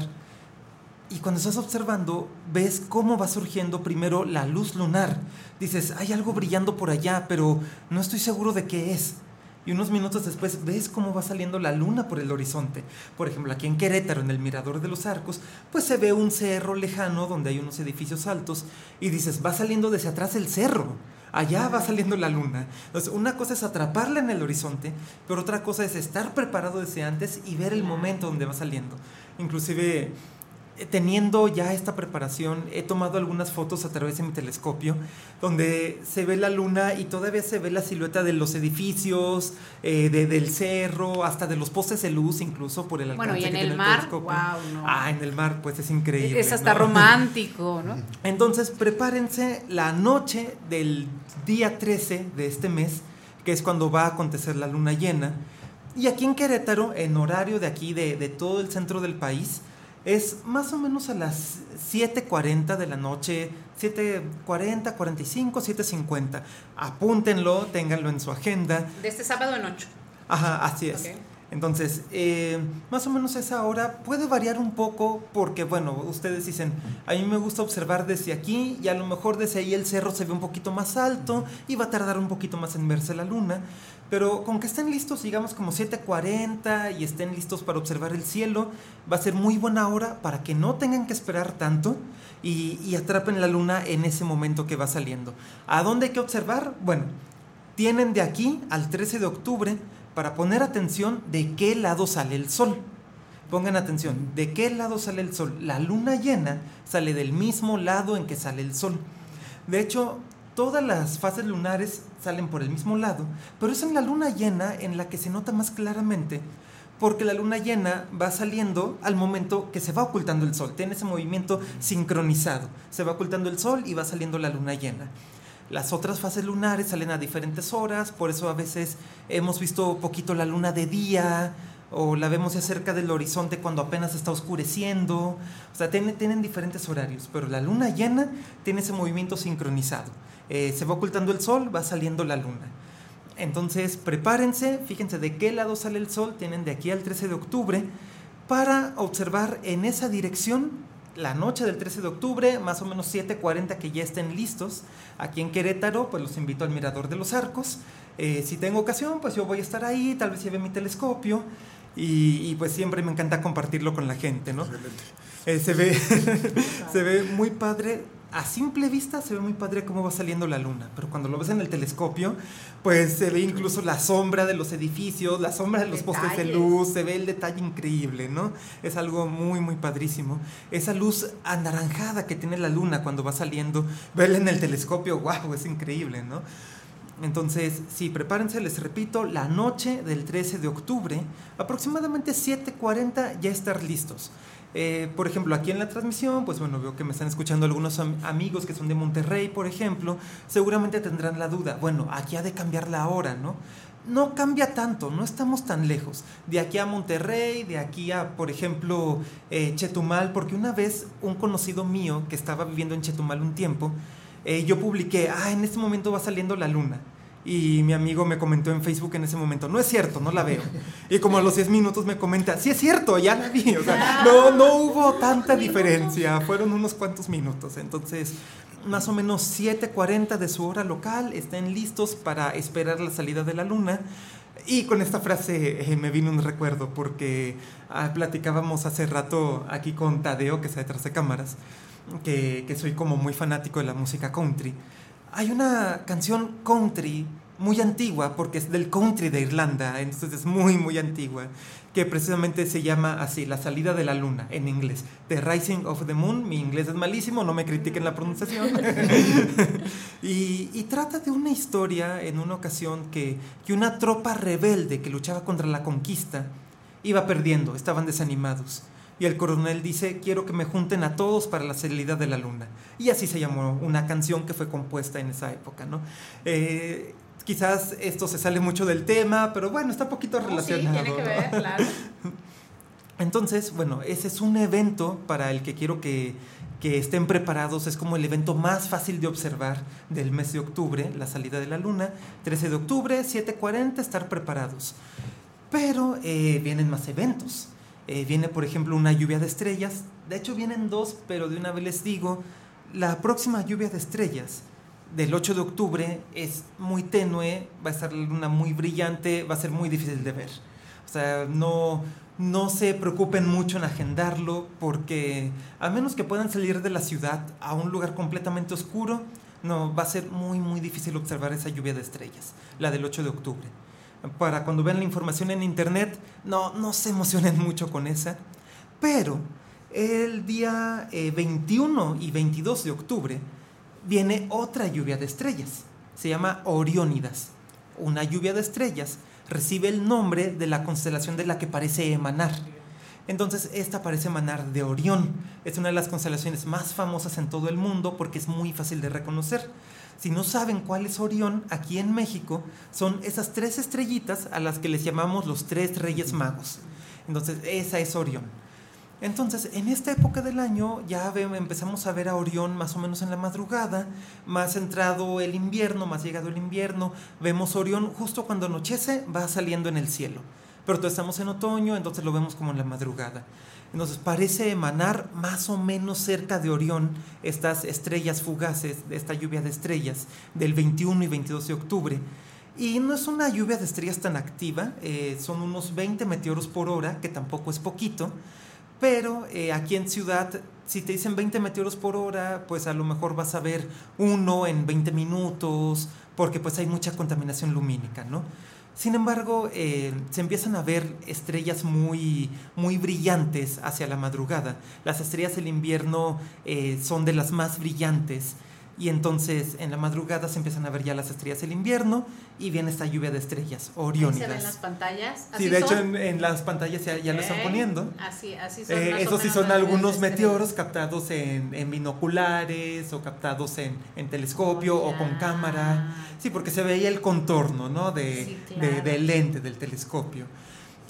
Y cuando estás observando, ves cómo va surgiendo primero la luz lunar. Dices, hay algo brillando por allá, pero no estoy seguro de qué es. Y unos minutos después ves cómo va saliendo la luna por el horizonte. Por ejemplo, aquí en Querétaro, en el Mirador de los Arcos, pues se ve un cerro lejano donde hay unos edificios altos y dices, va saliendo desde atrás el cerro. Allá va saliendo la luna. Entonces, una cosa es atraparla en el horizonte, pero otra cosa es estar preparado desde antes y ver el momento donde va saliendo. Inclusive, teniendo ya esta preparación, he tomado algunas fotos a través de mi telescopio donde se ve la luna y todavía se ve la silueta de los edificios, eh, de, del cerro, hasta de los postes de luz, incluso por el alcance.
Bueno, y en
que
el
tiene
mar,
telescopio.
wow, no.
Ah, en el mar, pues es increíble.
Es hasta
¿no?
romántico, ¿no?
Entonces, prepárense la noche del día trece de este mes, que es cuando va a acontecer la luna llena. Y aquí en Querétaro, en horario de aquí, de, de todo el centro del país, es más o menos a las siete cuarenta de la noche, siete cuarenta, cuarenta y cinco, siete cincuenta. Apúntenlo, ténganlo en su agenda.
De este sábado en ocho.
Ajá, así es.
Okay.
Entonces, eh, más o menos esa hora puede variar un poco porque, bueno, ustedes dicen, a mí me gusta observar desde aquí y a lo mejor desde ahí el cerro se ve un poquito más alto y va a tardar un poquito más en verse la luna, pero con que estén listos, digamos como siete cuarenta y estén listos para observar el cielo, va a ser muy buena hora para que no tengan que esperar tanto y, y atrapen la luna en ese momento que va saliendo. ¿A dónde hay que observar? Bueno, tienen de aquí al trece de octubre para poner atención de qué lado sale el sol. Pongan atención, ¿de qué lado sale el sol? La luna llena sale del mismo lado en que sale el sol. De hecho, todas las fases lunares salen por el mismo lado, pero es en la luna llena en la que se nota más claramente, porque la luna llena va saliendo al momento que se va ocultando el sol. Tiene ese movimiento sincronizado. Se va ocultando el sol y va saliendo la luna llena. Las otras fases lunares salen a diferentes horas, por eso a veces hemos visto poquito la luna de día o la vemos ya cerca del horizonte cuando apenas está oscureciendo. O sea, tienen, tienen diferentes horarios, pero la luna llena tiene ese movimiento sincronizado. Eh, se va ocultando el sol, va saliendo la luna. Entonces prepárense, fíjense de qué lado sale el sol, tienen de aquí al trece de octubre para observar en esa dirección la noche del trece de octubre, más o menos siete cuarenta, que ya estén listos. Aquí en Querétaro, pues los invito al Mirador de los Arcos. Eh, si tengo ocasión, pues yo voy a estar ahí, tal vez lleve mi telescopio y, y pues siempre me encanta compartirlo con la gente, ¿no? Eh, se ve se ve muy padre. A simple vista se ve muy padre cómo va saliendo la luna, pero cuando lo ves en el telescopio, pues se ve incluso la sombra de los edificios, la sombra de los postes de luz, se ve el detalle increíble, ¿no? Es algo muy, muy padrísimo. Esa luz anaranjada que tiene la luna cuando va saliendo, verla en el telescopio, wow, es increíble, ¿no? Entonces, sí, prepárense, les repito, la noche del trece de octubre, aproximadamente siete cuarenta, ya estar listos. Eh, por ejemplo, aquí en la transmisión, pues bueno, veo que me están escuchando algunos am- amigos que son de Monterrey, por ejemplo, seguramente tendrán la duda, bueno, aquí ha de cambiar la hora, ¿no? No cambia tanto, no estamos tan lejos. De aquí a Monterrey, de aquí a, por ejemplo, eh, Chetumal, porque una vez un conocido mío que estaba viviendo en Chetumal un tiempo, eh, yo publiqué, ah, en este momento va saliendo la luna. Y mi amigo me comentó en Facebook en ese momento, no es cierto, no la veo. Y como a los diez minutos me comenta, sí es cierto, ya la vi. O sea, no, no hubo tanta diferencia, fueron unos cuantos minutos. Entonces, más o menos siete cuarenta de su hora local, estén listos para esperar la salida de la luna. Y con esta frase eh, me vino un recuerdo, porque ah, platicábamos hace rato aquí con Tadeo, que está detrás de cámaras, que, que soy como muy fanático de la música country. Hay una canción country muy antigua, porque es del country de Irlanda, entonces es muy, muy antigua, que precisamente se llama así, La salida de la luna, en inglés, The Rising of the Moon. Mi inglés es malísimo, no me critiquen la pronunciación. y, y trata de una historia en una ocasión que, que una tropa rebelde que luchaba contra la conquista iba perdiendo, estaban desanimados. Y el coronel dice, quiero que me junten a todos para la salida de la luna. Y así se llamó una canción que fue compuesta en esa época, ¿no? Eh, quizás esto se sale mucho del tema, pero bueno, está un poquito relacionado. Sí, tiene que ver, ¿no? Claro. Entonces, bueno, ese es un evento para el que quiero que, que estén preparados. Es como el evento más fácil de observar del mes de octubre, la salida de la luna. trece de octubre, siete cuarenta, estar preparados. Pero eh, vienen más eventos. Eh, viene, por ejemplo, una lluvia de estrellas. De hecho, vienen dos, pero de una vez les digo, la próxima lluvia de estrellas del ocho de octubre es muy tenue, va a estar la luna muy brillante, va a ser muy difícil de ver. O sea, no, no se preocupen mucho en agendarlo, porque a menos que puedan salir de la ciudad a un lugar completamente oscuro, no, va a ser muy, muy difícil observar esa lluvia de estrellas, la del ocho de octubre. Para cuando vean la información en internet, no, no se emocionen mucho con esa. Pero el día eh, veintiuno y veintidós de octubre viene otra lluvia de estrellas. Se llama Oriónidas. Una lluvia de estrellas recibe el nombre de la constelación de la que parece emanar. Entonces, esta parece emanar de Orión. Es una de las constelaciones más famosas en todo el mundo porque es muy fácil de reconocer. Si no saben cuál es Orión, aquí en México son esas tres estrellitas a las que les llamamos los tres Reyes Magos. Entonces, esa es Orión. Entonces, en esta época del año ya ve, empezamos a ver a Orión más o menos en la madrugada, más entrado el invierno, más llegado el invierno. Vemos Orión justo cuando anochece, va saliendo en el cielo. Pero todavía estamos en otoño, entonces lo vemos como en la madrugada. Entonces parece emanar más o menos cerca de Orión estas estrellas fugaces, de esta lluvia de estrellas del veintiuno y veintidós de octubre. Y no es una lluvia de estrellas tan activa, eh, son unos veinte meteoros por hora, que tampoco es poquito, pero eh, aquí en Ciudad, si te dicen veinte meteoros por hora, pues a lo mejor vas a ver uno en veinte minutos, porque pues hay mucha contaminación lumínica, ¿no? Sin embargo, eh, se empiezan a ver estrellas muy, muy brillantes hacia la madrugada. Las estrellas del invierno eh, son de las más brillantes. Y entonces en la madrugada se empiezan a ver ya las estrellas del invierno y viene esta lluvia de estrellas, Oriónidas.
¿Se ven las pantallas? ¿Así
sí, de
son?
hecho en, en las pantallas ya, ya okay. lo están poniendo.
Así, así son.
Eh, esos sí son algunos meteoros captados en, en binoculares o captados en, en telescopio oh, o con cámara. Sí, porque se veía el contorno, ¿no? de, sí, claro. de, del lente del telescopio.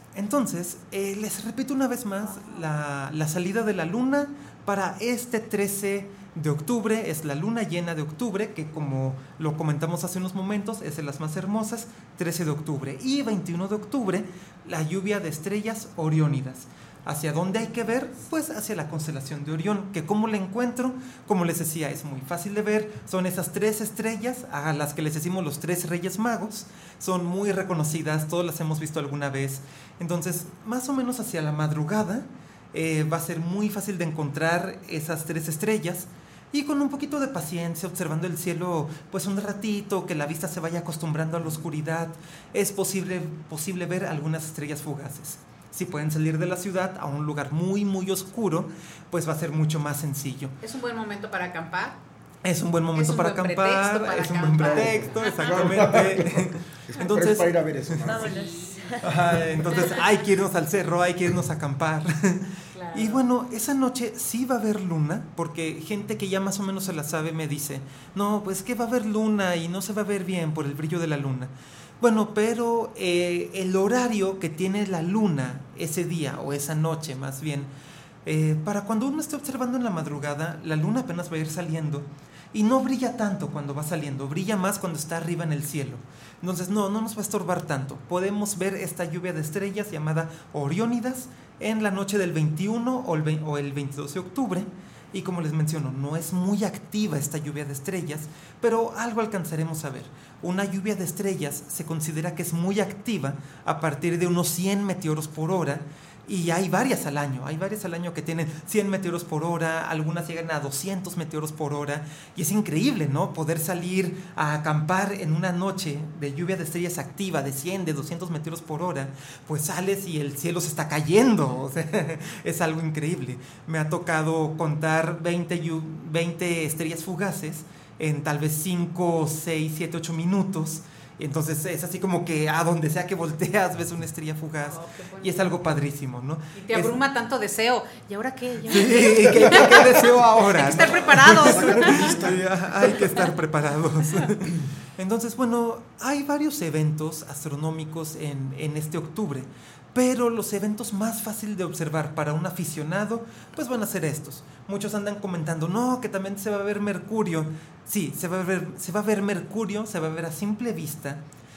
Entonces, eh, les repito una vez más, la, la salida de la luna para este trece de octubre es la luna llena de octubre, que como lo comentamos hace unos momentos, es de las más hermosas, trece de octubre. Y veintiuno de octubre, la lluvia de estrellas oriónidas. ¿Hacia dónde hay que ver? Pues hacia la constelación de Orión, que como la encuentro, como les decía, es muy fácil de ver, son esas tres estrellas a las que les decimos los tres reyes magos, son muy reconocidas, todas las hemos visto alguna vez, entonces más o menos hacia la madrugada eh, va a ser muy fácil de encontrar esas tres estrellas, y con un poquito de paciencia, observando el cielo pues un ratito, que la vista se vaya acostumbrando a la oscuridad, es posible, posible ver algunas estrellas fugaces. Si pueden salir de la ciudad a un lugar muy, muy oscuro, pues va a ser mucho más sencillo.
¿Es un buen momento para acampar?
Es un buen momento
un
para
buen
acampar,
para
es un
acampar.
buen pretexto, exactamente. Entonces,
es para ir a ver eso, ¿no?
Vámonos.
Ajá, entonces hay que irnos al cerro, hay que irnos a acampar.
Claro.
Y bueno, esa noche sí va a haber luna, porque gente que ya más o menos se la sabe me dice, no, pues que va a haber luna y no se va a ver bien por el brillo de la luna. Bueno, pero eh, el horario que tiene la luna ese día, o esa noche más bien, eh, para cuando uno esté observando en la madrugada, la luna apenas va a ir saliendo y no brilla tanto cuando va saliendo, brilla más cuando está arriba en el cielo. Entonces no, no nos va a estorbar tanto. Podemos ver esta lluvia de estrellas llamada Oriónidas en la noche del veintiuno o el, ve- o el veintidós de octubre. Y como les menciono, no es muy activa esta lluvia de estrellas, pero algo alcanzaremos a ver. Una lluvia de estrellas se considera que es muy activa a partir de unos cien meteoros por hora, y hay varias al año, hay varias al año que tienen cien meteoros por hora, algunas llegan a doscientos meteoros por hora, y es increíble, ¿no? Poder salir a acampar en una noche de lluvia de estrellas activa de cien, de doscientos meteoros por hora, pues sales y el cielo se está cayendo, o sea, es algo increíble. Me ha tocado contar veinte, veinte estrellas fugaces en tal vez cinco, seis, siete, ocho minutos. Entonces es así como que a donde sea que volteas ves una estrella fugaz, oh, y es algo padrísimo, ¿no?
Y te abruma es... tanto deseo. ¿Y ahora qué? ¿Ya?
Sí, ¿qué, qué, qué deseo ahora?
Hay que estar preparados.
Sí, hay que estar preparados. Entonces, bueno, hay varios eventos astronómicos en, en este octubre, pero los eventos más fáciles de observar para un aficionado, pues van a ser estos. Muchos andan comentando, no, que también se va a ver Mercurio. Sí, se va a ver, se va a ver Mercurio, se va a ver a simple vista,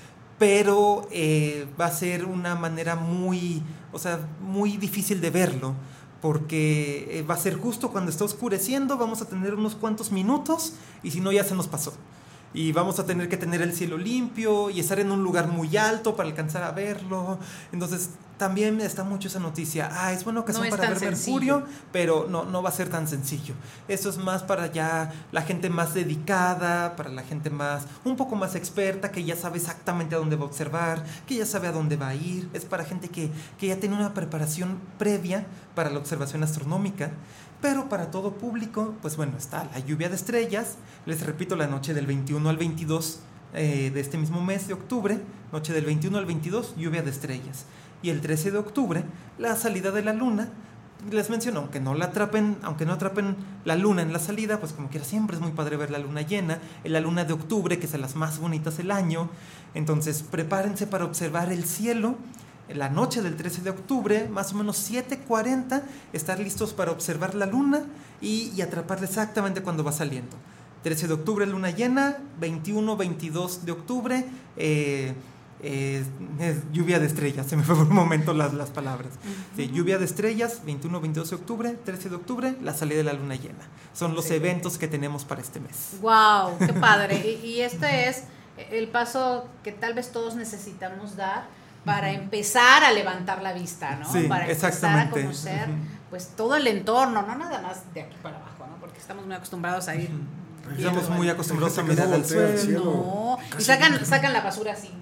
pero eh, va a ser una manera muy, o sea, muy difícil de verlo, porque eh, va a ser justo cuando está oscureciendo, vamos a tener unos cuantos minutos, y si no ya se nos pasó. Y vamos a tener que tener el cielo limpio y estar en un lugar muy alto para alcanzar a verlo. Entonces también está mucho esa noticia, ah, es buena ocasión no para ver sencillo. Mercurio, pero no, no va a ser tan sencillo. Esto es más para ya la gente más dedicada, para la gente más, un poco más experta, que ya sabe exactamente a dónde va a observar, que ya sabe a dónde va a ir. Es para gente que, que ya tiene una preparación previa para la observación astronómica. Pero para todo público, pues bueno, está la lluvia de estrellas. Les repito, la noche del veintiuno al veintidós eh, de este mismo mes de octubre, noche del veintiuno al veintidós, lluvia de estrellas. Y el trece de octubre, la salida de la luna. Les menciono, aunque no la atrapen, aunque no atrapen la luna en la salida, pues como quiera siempre es muy padre ver la luna llena, en la luna de octubre, que es de las más bonitas del año. Entonces prepárense para observar el cielo. La noche del trece de octubre, más o menos siete cuarenta, estar listos para observar la luna y, y atraparla exactamente cuando va saliendo. trece de octubre, luna llena, veintiuno, veintidós de octubre, eh, eh, eh, lluvia de estrellas, se me fue por un momento las, las palabras. Uh-huh. Sí, lluvia de estrellas, veintiuno, veintidós de octubre, trece de octubre, la salida de la luna llena. Son los sí. eventos que tenemos para este mes.
¡Wow! ¡Qué padre! y, y este es el paso que tal vez todos necesitamos dar para empezar a levantar la vista, ¿no?
Sí,
para empezar a conocer pues todo el entorno, no nada más de aquí para abajo, ¿no? Porque estamos muy acostumbrados a ir.
Uh-huh. Estamos muy acostumbrados a mirar al cielo.
No, y sacan, sacan la basura así,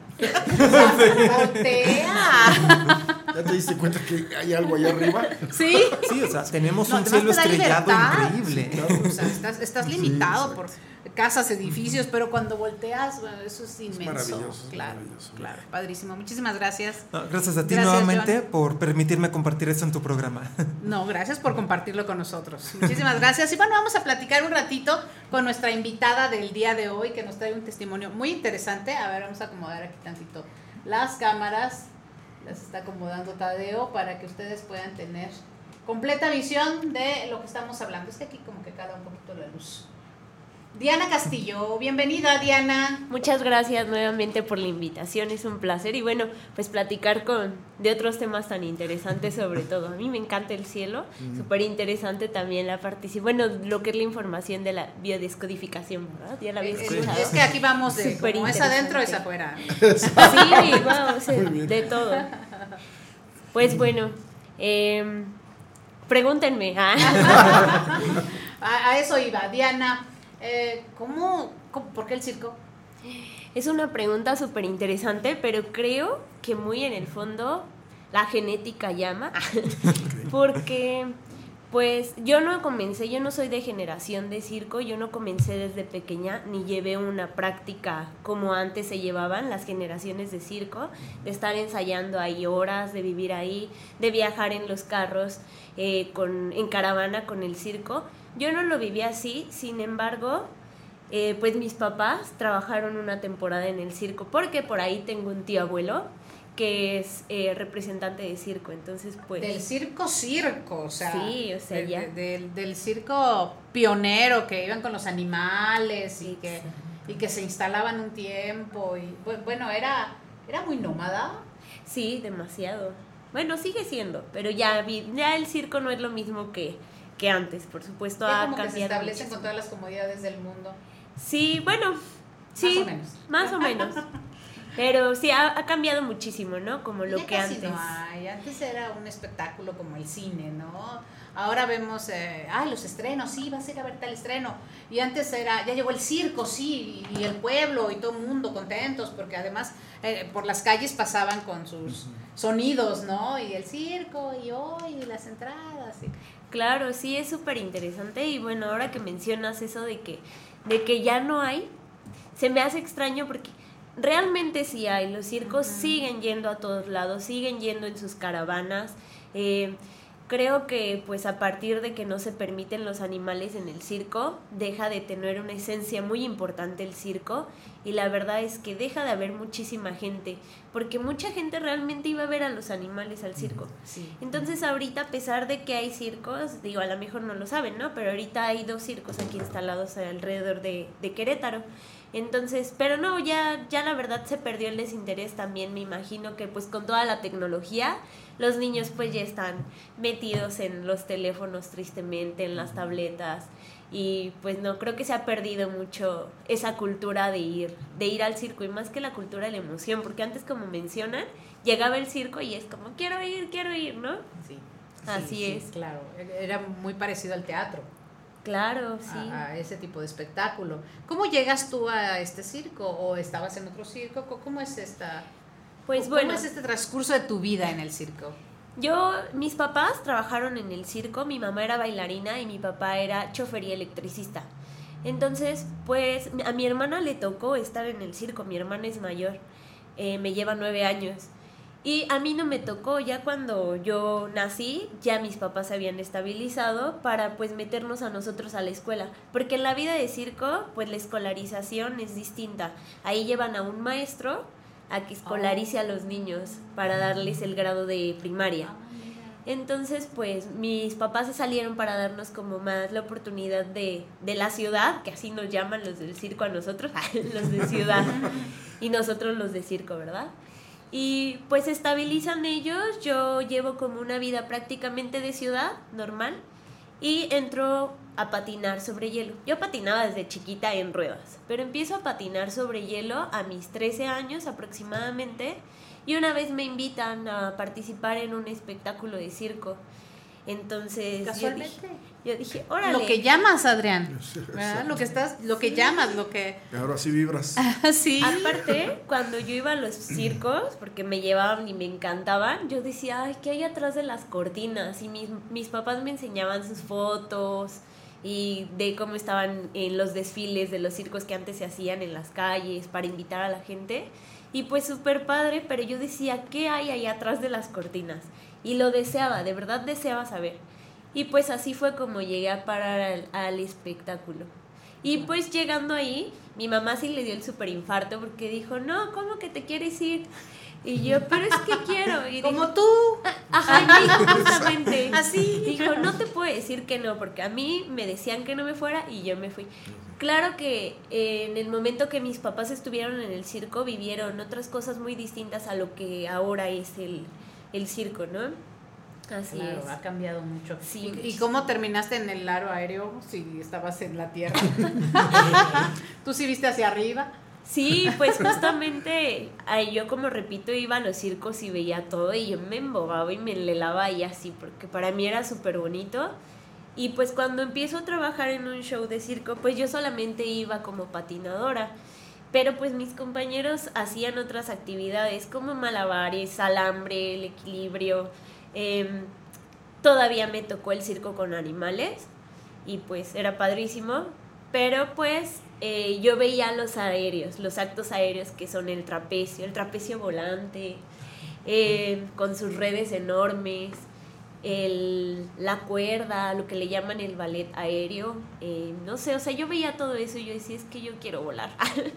¿no? ¡Voltea!
¿Ya te diste cuenta que hay algo allá arriba?
Sí.
Sí, o sea, tenemos no, un cielo estrellado increíble.
Sí, claro. O sea, estás, estás limitado sí, por casas, edificios, pero cuando volteas, bueno, eso es inmenso. Es
maravilloso.
Claro,
maravilloso.
claro, padrísimo. Muchísimas gracias.
No, gracias a ti
gracias,
nuevamente
John.
por permitirme compartir esto en tu programa.
No, gracias por compartirlo con nosotros. Muchísimas gracias. Y bueno, vamos a platicar un ratito con nuestra invitada del día de hoy, que nos trae un testimonio muy interesante. A ver, vamos a acomodar aquí tantito las cámaras. Las está acomodando Tadeo para que ustedes puedan tener completa visión de lo que estamos hablando. Es que aquí como que cae un poquito la luz. Diana Castillo, bienvenida Diana.
Muchas gracias nuevamente por la invitación, es un placer y bueno, pues platicar con de otros temas tan interesantes sobre todo. A mí me encanta el cielo, mm. súper interesante también la participación, bueno, lo que es la información de la biodescodificación, ¿verdad? Ya la había escuchado.
Es que aquí vamos de como es adentro es afuera.
Sí, wow, o sea, de todo. Pues bueno, eh, pregúntenme.
a, a eso iba, Diana. Eh, ¿cómo, cómo, por qué el circo?
Es una pregunta súper interesante, pero creo que muy en el fondo la genética llama, porque pues yo no comencé, yo no soy de generación de circo, yo no comencé desde pequeña, ni llevé una práctica como antes se llevaban las generaciones de circo, de estar ensayando ahí horas, de vivir ahí, de viajar en los carros, eh, con, en caravana con el circo. Yo no lo viví así, sin embargo, eh, pues mis papás trabajaron una temporada en el circo, porque por ahí tengo un tío abuelo que es eh, representante de circo, entonces pues...
Del circo circo, o sea...
Sí, o sea,
de,
ya...
De, de, del circo pionero, que iban con los animales y que, y que se instalaban un tiempo, y bueno, era, era muy nómada.
Sí, demasiado. Bueno, sigue siendo, pero ya, ya el circo no es lo mismo que... que antes, por supuesto,
es
ha
como
cambiado.
Que se establecen muchísimo. Con todas las comodidades del mundo.
Sí, bueno, sí,
más o menos.
Más o menos. Pero sí, ha, ha cambiado muchísimo, ¿no? Como lo
ya
que
casi
antes.
No hay. Antes era un espectáculo como el cine, ¿no? Ahora vemos, eh, ah, los estrenos, sí, vas a ir a ver tal estreno. Y antes era, ya llegó el circo, sí, y, y el pueblo y todo el mundo contentos, porque además eh, por las calles pasaban con sus uh-huh. sonidos, ¿no? Y el circo, y hoy, y las entradas. Y...
Claro, sí, es súper interesante. Y bueno, ahora que mencionas eso de que, de que ya no hay, se me hace extraño porque realmente sí hay. Los circos uh-huh. siguen yendo a todos lados, siguen yendo en sus caravanas. Eh, creo que pues a partir de que no se permiten los animales en el circo, deja de tener una esencia muy importante el circo, y la verdad es que deja de haber muchísima gente, porque mucha gente realmente iba a ver a los animales al circo.
Sí.
Entonces ahorita, a pesar de que hay circos, digo, a lo mejor no lo saben, ¿no? Pero ahorita hay dos circos aquí instalados alrededor de, de Querétaro. Entonces, pero no, ya, ya la verdad se perdió el desinterés también. Me imagino que pues con toda la tecnología, los niños pues ya están metidos en los teléfonos tristemente, en las tabletas, y pues no, creo que se ha perdido mucho esa cultura de ir, de ir al circo, y más que la cultura de la emoción, porque antes, como mencionan, llegaba el circo y es como, quiero ir, quiero ir, ¿no?
Sí.
Así
sí,
es.
Sí, claro, era muy parecido al teatro.
Claro, sí.
A, a ese tipo de espectáculo. ¿Cómo llegas tú a este circo? ¿O estabas en otro circo? ¿Cómo es esta?
Pues
¿Cómo
bueno,
es este transcurso de tu vida en el circo?
Yo, mis papás trabajaron en el circo, mi mamá era bailarina y mi papá era chofer y electricista. Entonces, pues a mi hermana le tocó estar en el circo, mi hermana es mayor, eh, me lleva nueve años. Y a mí no me tocó, ya cuando yo nací, ya mis papás se habían estabilizado para pues meternos a nosotros a la escuela. Porque en la vida de circo, pues la escolarización es distinta. Ahí llevan a un maestro a que escolarice oh. a los niños para darles el grado de primaria. Entonces, pues mis papás se salieron para darnos como más la oportunidad de, de la ciudad, que así nos llaman los del circo a nosotros, los de ciudad, y nosotros los de circo, ¿verdad? Y pues se estabilizan ellos, yo llevo como una vida prácticamente de ciudad, normal, y entro a patinar sobre hielo. Yo patinaba desde chiquita en ruedas, pero empiezo a patinar sobre hielo a mis trece años aproximadamente, y una vez me invitan a participar en un espectáculo de circo. Entonces
casualmente
yo dije, yo dije, órale.
Lo que llamas, Adrián, ¿verdad? Lo que estás, lo que llamas, lo que.
Y ahora sí vibras.
Sí.
Aparte, cuando yo iba a los circos, porque me llevaban y me encantaban, yo decía, ay, ¿qué hay atrás de las cortinas? Y mis, mis papás me enseñaban sus fotos y de cómo estaban en los desfiles de los circos que antes se hacían en las calles para invitar a la gente. Y pues súper padre, pero yo decía, ¿qué hay ahí atrás de las cortinas? Y lo deseaba, de verdad deseaba saber. Y pues así fue como llegué a parar al, al espectáculo. Y pues llegando ahí, Mi mamá sí le dio el superinfarto porque dijo, no, ¿cómo que te quieres ir? Y yo, pero es que quiero. Y
como
dijo,
tú.
Ajá, y dijo justamente.
Así.
Dijo, no te puedo decir que no, porque a mí me decían que no me fuera y yo me fui. Claro que eh, en el momento que mis papás estuvieron en el circo, vivieron otras cosas muy distintas a lo que ahora es el, el circo, ¿no? Así
Claro,
es.
ha cambiado mucho.
Sí.
¿Y, y cómo terminaste en el aro aéreo si estabas en la tierra? ¿Tú sí viste hacia arriba?
Sí, pues justamente ay, yo como repito iba a los circos y veía todo y yo me embobaba y me enlelaba ahí así porque para mí era súper bonito. Y pues cuando empiezo a trabajar en un show de circo, pues yo solamente iba como patinadora. Pero pues mis compañeros hacían otras actividades como malabares, alambre, el equilibrio. Eh, todavía me tocó el circo con animales y pues era padrísimo. Pero pues eh, yo veía los aéreos, los actos aéreos que son el trapecio, el trapecio volante, eh, con sus redes enormes. El, la cuerda, lo que le llaman el ballet aéreo, eh, no sé, o sea, yo veía todo eso y yo decía, es que yo quiero volar.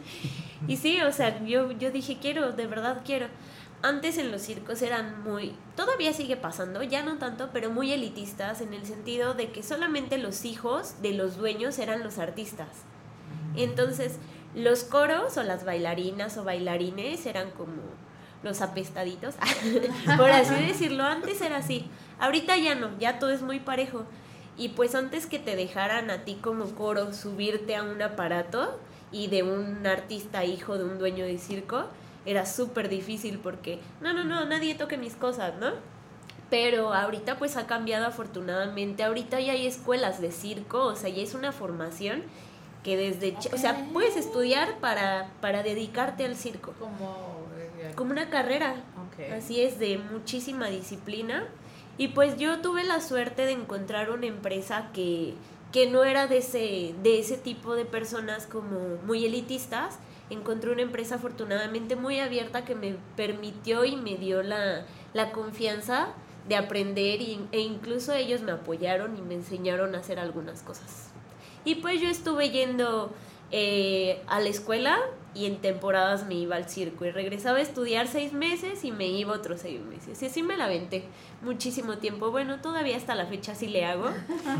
Y sí, o sea, yo, yo dije, quiero, de verdad quiero. Antes en los circos eran muy, todavía sigue pasando, ya no tanto, pero muy elitistas en el sentido de que solamente los hijos de los dueños eran los artistas. Entonces, los coros o las bailarinas o bailarines eran como los apestaditos, por así decirlo. Antes era así, ahorita ya no, ya todo es muy parejo. Y pues antes que te dejaran a ti como coro subirte a un aparato y de un artista hijo de un dueño de circo, era súper difícil porque no, no, no, nadie toque mis cosas, ¿no? Pero ahorita pues ha cambiado afortunadamente, ahorita ya hay escuelas de circo, o sea, ya es una formación que desde, okay. O sea, puedes estudiar para, para dedicarte al circo.
Como...
Como una carrera, okay. Así es, de muchísima disciplina. Y pues yo tuve la suerte de encontrar una empresa que, que no era de ese, de ese tipo de personas como muy elitistas. Encontré una empresa afortunadamente muy abierta que me permitió y me dio la, la confianza de aprender y, e incluso ellos me apoyaron y me enseñaron a hacer algunas cosas. Y pues yo estuve yendo eh, a la escuela y en temporadas me iba al circo y regresaba a estudiar seis meses y me iba otros seis meses. Y así me la aventé muchísimo tiempo. Bueno, todavía hasta la fecha sí le hago,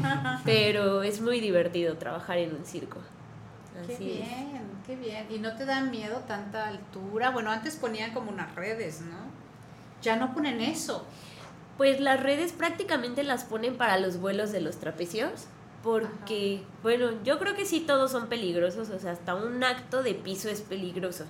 pero es muy divertido trabajar en un circo.
Así qué bien, es. Qué bien. ¿Y no te da miedo tanta altura? Bueno, antes ponían como unas redes, ¿no? Ya no ponen eso.
Pues las redes prácticamente las ponen para los vuelos de los trapecios. Porque, ajá. Bueno, yo creo que sí todos son peligrosos, o sea, hasta un acto de piso es peligroso.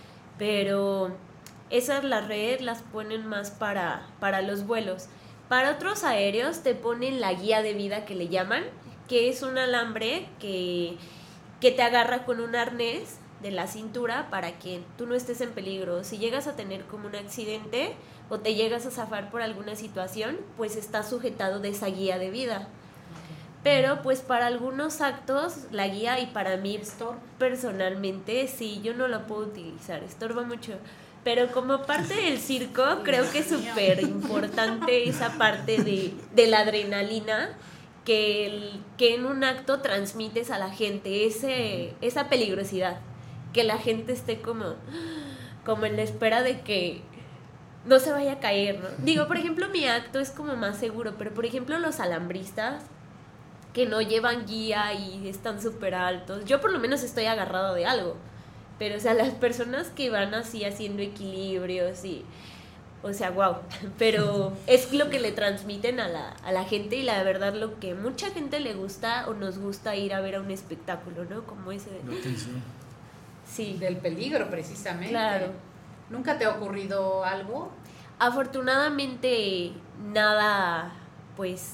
Pero esas las redes las ponen más para, para los vuelos. Para otros aéreos te ponen la guía de vida que le llaman, que es un alambre que, que te agarra con un arnés de la cintura para que tú no estés en peligro. Si llegas a tener como un accidente o te llegas a zafar por alguna situación, pues estás sujetado de esa guía de vida. Pero pues para algunos actos la guía, y para mí
estorba.
Personalmente sí, yo no la puedo utilizar, estorba mucho. Pero como parte del circo creo que es súper importante esa parte de, de la adrenalina que, el, que en un acto transmites a la gente, ese, esa peligrosidad, que la gente esté como, como en la espera de que no se vaya a caer, ¿no? Digo, por ejemplo, mi acto es como más seguro, pero por ejemplo los alambristas que no llevan guía y están súper altos. Yo por lo menos estoy agarrado de algo. Pero, o sea, las personas que van así haciendo equilibrios y... O sea, wow. Pero es lo que le transmiten a la, a la gente y la verdad lo que mucha gente le gusta o nos gusta ir a ver a un espectáculo, ¿no? Como ese de...
La atención.
Sí.
Del peligro, precisamente.
Claro.
¿Nunca te ha ocurrido algo?
Afortunadamente, nada, pues...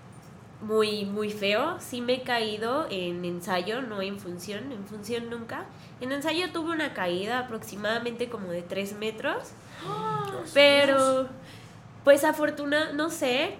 muy muy feo. Sí me he caído en ensayo, no en función, en función nunca. En ensayo tuve una caída aproximadamente como de tres metros, oh, pero pues afortunadamente, no sé,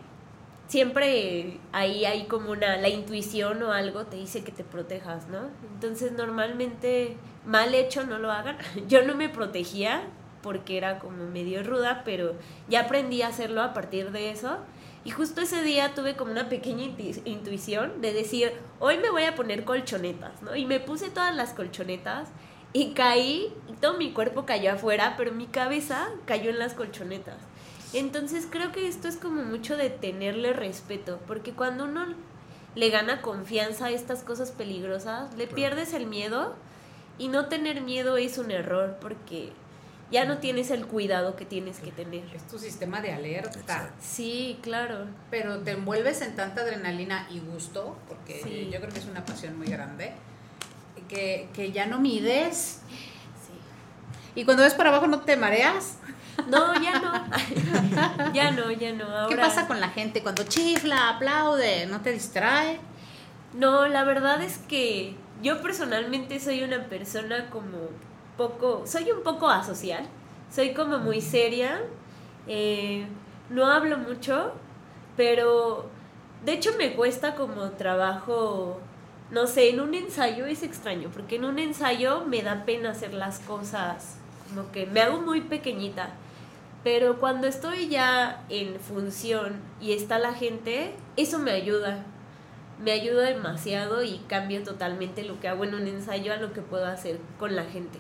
siempre ahí hay como una, la intuición o algo te dice que te protejas, ¿no? Entonces normalmente mal hecho no lo hagan. Yo no me protegía porque era como medio ruda, pero ya aprendí a hacerlo a partir de eso. Y justo ese día tuve como una pequeña intu- intuición de decir, hoy me voy a poner colchonetas, ¿no? Y me puse todas las colchonetas y caí, y todo mi cuerpo cayó afuera, pero mi cabeza cayó en las colchonetas. Entonces creo que esto es como mucho de tenerle respeto, porque cuando uno le gana confianza a estas cosas peligrosas, le pierdes el miedo, y no tener miedo es un error, porque ya no tienes el cuidado que tienes que tener.
Es tu sistema de alerta.
Sí, claro.
Pero te envuelves en tanta adrenalina y gusto, porque
Sí.
yo creo que es una pasión muy grande, que, que ya no mides.
Sí.
Y cuando ves para abajo, ¿no te mareas?
No, ya no. ya no, ya no. Ahora...
¿Qué pasa con la gente cuando chifla, aplaude? ¿No te distrae?
No, la verdad es que yo personalmente soy una persona como poco, soy un poco asocial, soy como muy seria, eh, no hablo mucho, pero de hecho me cuesta como trabajo, no sé, en un ensayo es extraño, porque en un ensayo me da pena hacer las cosas, como que me hago muy pequeñita, pero cuando estoy ya en función y está la gente, eso me ayuda. Me ayuda demasiado y cambio totalmente lo que hago en un ensayo a lo que puedo hacer con la gente.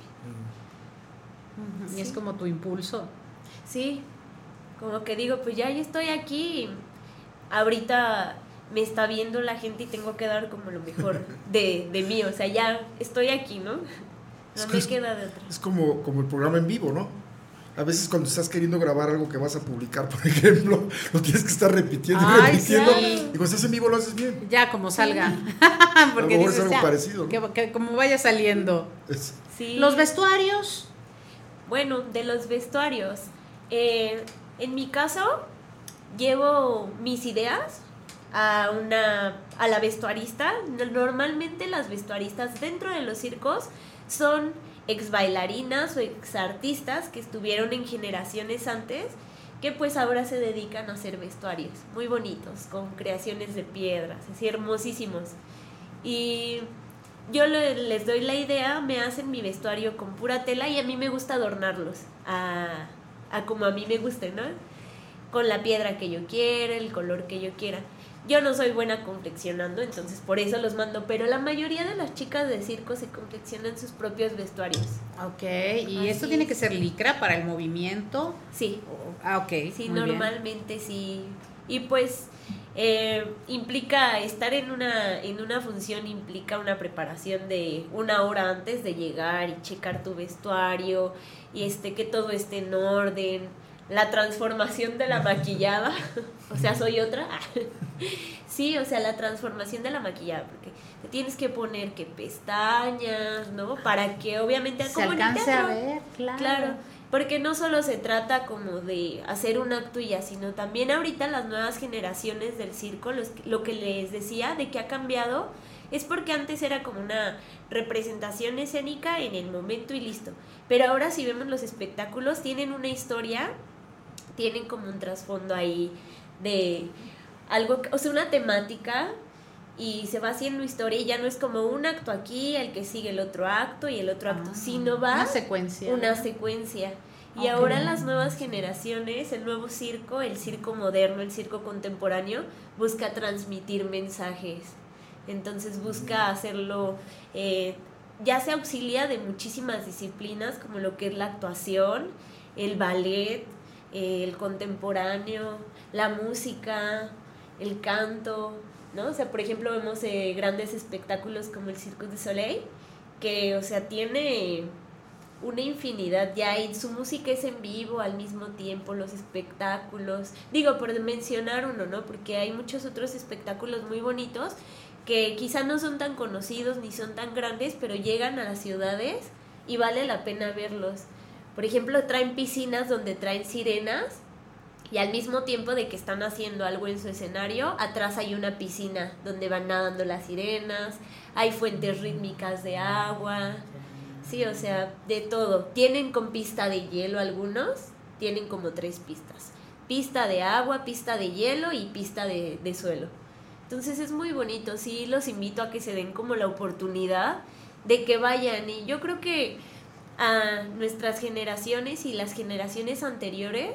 Y es como tu impulso.
Sí, como que digo, pues ya yo estoy aquí, ahorita me está viendo la gente y tengo que dar como lo mejor de, de mí, o sea, ya estoy aquí, ¿no? No
Es que
me
es-
queda de otra.
Es como, como el programa en vivo, ¿no? A veces cuando estás queriendo grabar algo que vas a publicar, por ejemplo, lo tienes que estar repitiendo y
Ay,
repitiendo.
sí.
Y cuando estás en vivo lo haces bien.
Ya, como salga. Porque
A lo mejor es
dices,
algo
ya,
parecido, ¿no?
que, que como vaya saliendo.
Es-
Sí.
Los vestuarios.
Bueno, de los vestuarios. Eh, en mi caso, llevo mis ideas a una a la vestuarista. Normalmente las vestuaristas dentro de los circos son ex bailarinas o ex artistas que estuvieron en generaciones antes, que pues ahora se dedican a hacer vestuarios muy bonitos, con creaciones de piedras, así hermosísimos. Y yo le- les doy la idea, me hacen mi vestuario con pura tela y a mí me gusta adornarlos a, a como a mí me guste, ¿no? Con la piedra que yo quiera, el color que yo quiera. Yo no soy buena confeccionando, entonces por eso los mando, pero la mayoría de las chicas de circo se confeccionan sus propios vestuarios.
Ok, y
Así
esto tiene
es.
que ser licra para el movimiento.
Sí.
Ah, ok.
Sí,
muy bien.
normalmente sí. Y pues eh, implica estar en una, en una función, implica una preparación de una hora antes de llegar y checar tu vestuario y este que todo esté en orden. La transformación de la maquillada, o sea, soy otra. Sí, o sea, la transformación de la maquillada, porque te tienes que poner que pestañas, ¿no? Para que obviamente
Se
como en el
alcance a
teatro.
ver, claro.
Claro, porque no solo se trata como de hacer un acto y ya, sino también ahorita las nuevas generaciones del circo, los, lo que les decía de que ha cambiado, es porque antes era como una representación escénica en el momento y listo. Pero ahora si vemos los espectáculos, tienen una historia, tienen como un trasfondo ahí de algo, o sea, una temática, y se va haciendo historia y ya no es como un acto aquí, el que sigue el otro acto y el otro acto,
Ah,
sino va
una secuencia.
una secuencia. Y
Ok.
ahora las nuevas generaciones, el nuevo circo, el circo moderno, el circo contemporáneo, busca transmitir mensajes. Entonces busca hacerlo, eh, ya se auxilia de muchísimas disciplinas como lo que es la actuación, el ballet, eh, el contemporáneo, la música, el canto, ¿no? O sea, por ejemplo, vemos eh, grandes espectáculos como el Cirque du Soleil, que, o sea, tiene una infinidad ya, y su música es en vivo al mismo tiempo, los espectáculos, digo, por mencionar uno, ¿no? Porque hay muchos otros espectáculos muy bonitos que quizá no son tan conocidos ni son tan grandes, pero llegan a las ciudades y vale la pena verlos. Por ejemplo, traen piscinas donde traen sirenas y al mismo tiempo de que están haciendo algo en su escenario, atrás hay una piscina donde van nadando las sirenas, hay fuentes rítmicas de agua, sí, o sea, de todo. Tienen con pista de hielo algunos, tienen como tres pistas. Pista de agua, pista de hielo y pista de, de suelo. Entonces es muy bonito, sí, los invito a que se den como la oportunidad de que vayan. Y yo creo que a nuestras generaciones y las generaciones anteriores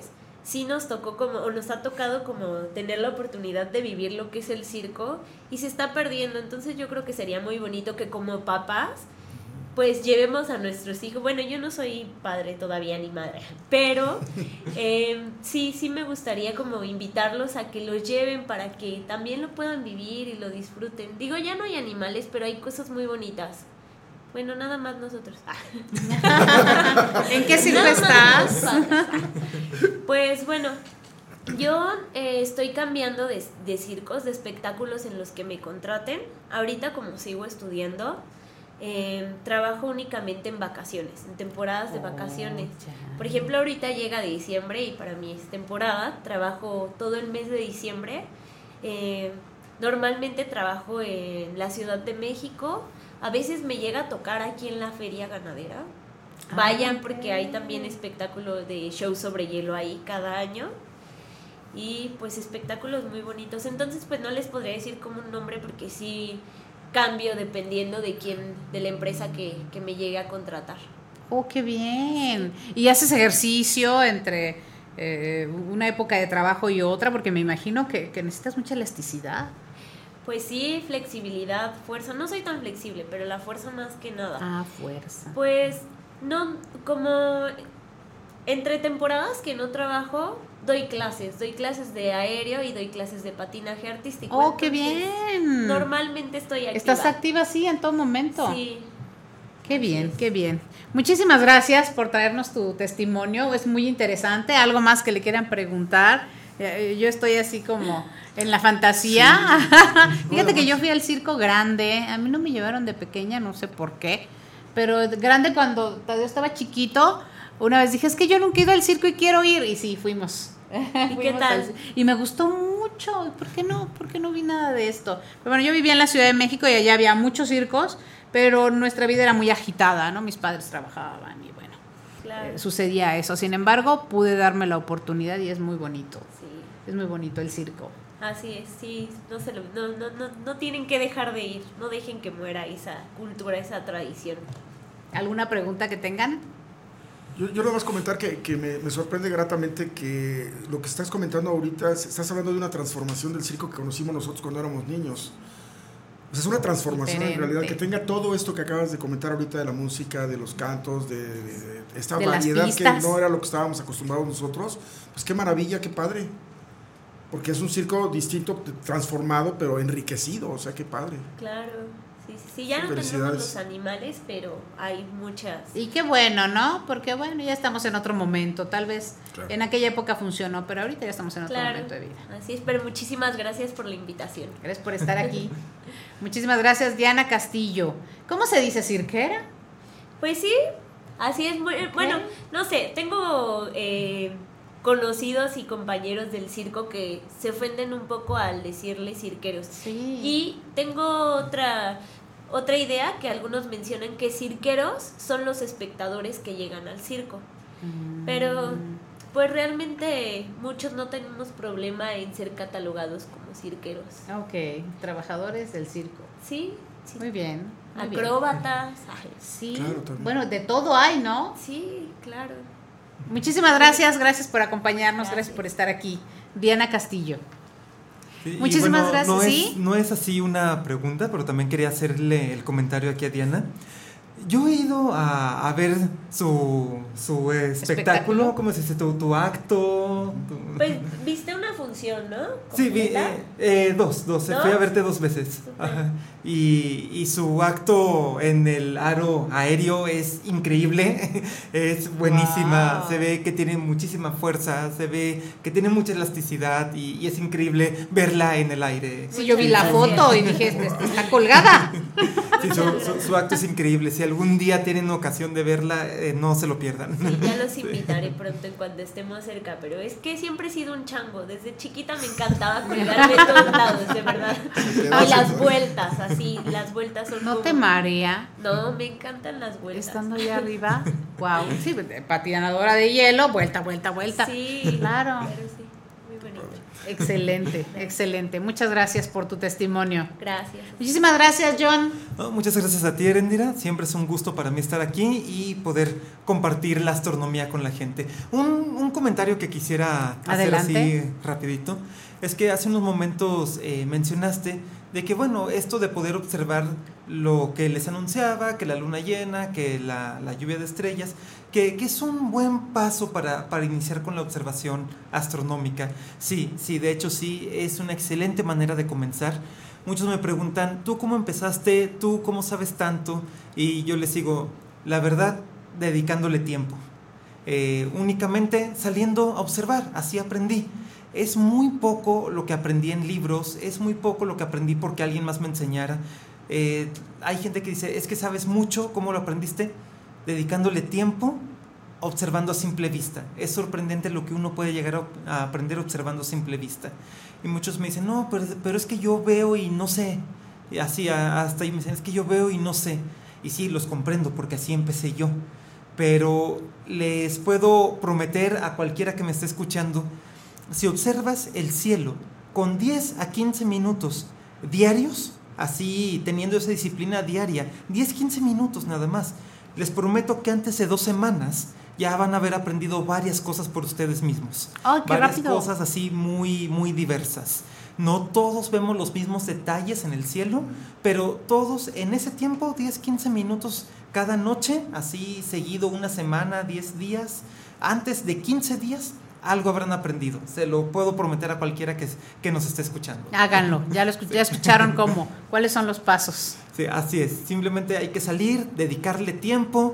sí nos tocó como, o nos ha tocado como tener la oportunidad de vivir lo que es el circo y se está perdiendo. Entonces yo creo que sería muy bonito que como papás pues llevemos a nuestros hijos. Bueno, yo no soy padre todavía ni madre, pero eh, sí, sí me gustaría como invitarlos a que los lleven para que también lo puedan vivir y lo disfruten. Digo, ya no hay animales, pero hay cosas muy bonitas. Bueno, nada más nosotros.
¿En qué circo estás?
Pues bueno, yo eh, estoy cambiando de, de circos, de espectáculos en los que me contraten. Ahorita como sigo estudiando, eh, trabajo únicamente en vacaciones, en temporadas de vacaciones. Por ejemplo, ahorita llega diciembre y para mí es temporada. Trabajo todo el mes de diciembre. Eh, normalmente trabajo en la Ciudad de México. A veces me llega a tocar aquí en la Feria Ganadera. Vayan porque hay también espectáculo de show sobre hielo ahí cada año. Y pues espectáculos muy bonitos. Entonces pues no les podría decir como un nombre porque sí cambio dependiendo de quién, de la empresa que, que me llegue a contratar.
Oh, qué bien. ¿Y haces ejercicio entre eh, una época de trabajo y otra? Porque me imagino que, que necesitas mucha elasticidad.
Pues sí, flexibilidad, fuerza. No soy tan flexible, pero la fuerza más que nada.
Ah, fuerza.
Pues no, como entre temporadas que no trabajo, doy clases. Doy clases de aéreo y doy clases de patinaje artístico.
Oh, qué bien.
Normalmente estoy activa.
¿Estás activa, sí, en todo momento?
Sí.
Qué bien, qué bien. Muchísimas gracias por traernos tu testimonio. Es muy interesante. ¿Algo más que le quieran preguntar? Yo estoy así como en la fantasía. Sí. Fíjate que yo fui al circo grande. A mí no me llevaron de pequeña, no sé por qué. Pero grande cuando yo estaba chiquito, una vez dije, es que yo nunca he ido al circo y quiero ir. Y sí, fuimos.
¿Y qué tal?
Al, y me gustó mucho. ¿Por qué no? ¿Por qué no vi nada de esto? Pero bueno, yo vivía en la Ciudad de México y allá había muchos circos, pero nuestra vida era muy agitada, ¿no? Mis padres trabajaban y bueno, claro. eh, sucedía eso. Sin embargo, pude darme la oportunidad y es muy bonito. Sí. Es muy bonito el circo.
Así es, sí, no, se lo, no, no, no, no tienen que dejar de ir, no dejen que muera esa cultura, esa tradición.
¿Alguna pregunta que tengan?
Yo, yo le voy a comentar que, que me, me sorprende gratamente que lo que estás comentando ahorita, estás hablando de una transformación del circo que conocimos nosotros cuando éramos niños. O sea, es una transformación Diferente. En realidad, que tenga todo esto que acabas de comentar ahorita de la música, de los cantos, de, de, de esta de variedad que no era lo que estábamos acostumbrados nosotros. Pues qué maravilla, qué padre. Porque es un circo distinto, transformado, pero enriquecido, o sea, qué padre.
Claro, sí, sí, sí. Ya no tenemos los animales, pero hay muchas.
Y qué bueno, ¿no? Porque bueno, ya estamos en otro momento, tal vez claro. En aquella época funcionó, pero ahorita ya estamos en otro
claro.
momento de vida.
Así es, pero muchísimas gracias por la invitación.
Gracias por estar aquí. Muchísimas gracias, Diana Castillo. ¿Cómo se dice, cirquera?
Pues sí, así es. Muy, bueno, no sé, tengo... Eh, conocidos y compañeros del circo que se ofenden un poco al decirle cirqueros.
Sí.
Y tengo otra otra idea que algunos mencionan que cirqueros son los espectadores que llegan al circo. Mm. Pero pues realmente muchos no tenemos problema en ser catalogados como cirqueros.
Ok, trabajadores del circo.
Sí, sí.
Muy bien. Muy
Acróbatas.
Bien. Sí.
Claro,
bueno, de todo hay, ¿no?
Sí, claro.
Muchísimas gracias, gracias por acompañarnos, gracias, gracias por estar aquí. Diana Castillo.
Sí,
Muchísimas
bueno,
gracias.
No,
¿Sí?
es, no es así una pregunta, pero también quería hacerle el comentario aquí a Diana. Yo he ido a, a ver su, su espectáculo, ¿Espectáculo? ¿Cómo se dice? Tu, tu acto. Tu...
Pues viste una función, ¿no?
Sí, vi, eh, eh, dos, dos, ¿Dos? Fui a verte dos veces. Ajá. Y, y su acto en el aro aéreo es increíble, es buenísima, wow. Se ve que tiene muchísima fuerza, se ve que tiene mucha elasticidad y, y es increíble verla en el aire.
Sí, yo vi la foto y dije, está colgada.
Sí, su, su, su acto es increíble, si algún día tienen ocasión de verla, eh, no se lo pierdan.
Sí, ya los invitaré pronto en cuando estemos cerca, pero es que siempre he sido un chango, desde chiquita me encantaba colgarme de todos lados, de verdad. Y las vueltas, así, las vueltas son
¿No
como...
te marea?
No, me encantan las vueltas.
Estando allá arriba, wow, sí, patinadora de hielo, vuelta, vuelta, vuelta.
Sí,
claro.
Pero sí, muy bonito.
Excelente, excelente. Muchas gracias por tu testimonio.
Gracias.
Muchísimas gracias, John.
No, muchas gracias a ti, Erendira. Siempre es un gusto para mí estar aquí y poder compartir la astronomía con la gente. Un, un comentario que quisiera hacer
Adelante.
así rapidito es que hace unos momentos eh, mencionaste de que, bueno, esto de poder observar lo que les anunciaba, que la luna llena, que la, la lluvia de estrellas, que, que es un buen paso para, para iniciar con la observación astronómica. Sí, sí, de hecho sí, es una excelente manera de comenzar. Muchos me preguntan, ¿tú cómo empezaste? ¿Tú cómo sabes tanto? Y yo les digo, la verdad, dedicándole tiempo. Eh, únicamente saliendo a observar, así aprendí. Es muy poco lo que aprendí en libros, es muy poco lo que aprendí porque alguien más me enseñara. Eh, hay gente que dice, es que sabes mucho, ¿cómo lo aprendiste? Dedicándole tiempo, observando a simple vista. Es sorprendente lo que uno puede llegar a, a aprender observando a simple vista. Y muchos me dicen, no, pero, pero es que yo veo y no sé. Y así hasta ahí me dicen, es que yo veo y no sé. Y sí, los comprendo porque así empecé yo. Pero les puedo prometer a cualquiera que me esté escuchando, si observas el cielo con diez a quince minutos diarios, así teniendo esa disciplina diaria, diez a quince minutos nada más, les prometo que antes de dos semanas ya van a haber aprendido varias cosas por ustedes mismos.
¡Oh, qué
varias
rápido!
Cosas así muy, muy diversas. No todos vemos los mismos detalles en el cielo, pero todos en ese tiempo, diez a quince minutos cada noche, así seguido una semana, diez días, antes de quince días, algo habrán aprendido. Se lo puedo prometer a cualquiera que, que nos esté escuchando.
Háganlo, ya, lo escuch- ya escucharon cómo, cuáles son los pasos.
Sí, así es. Simplemente hay que salir, dedicarle tiempo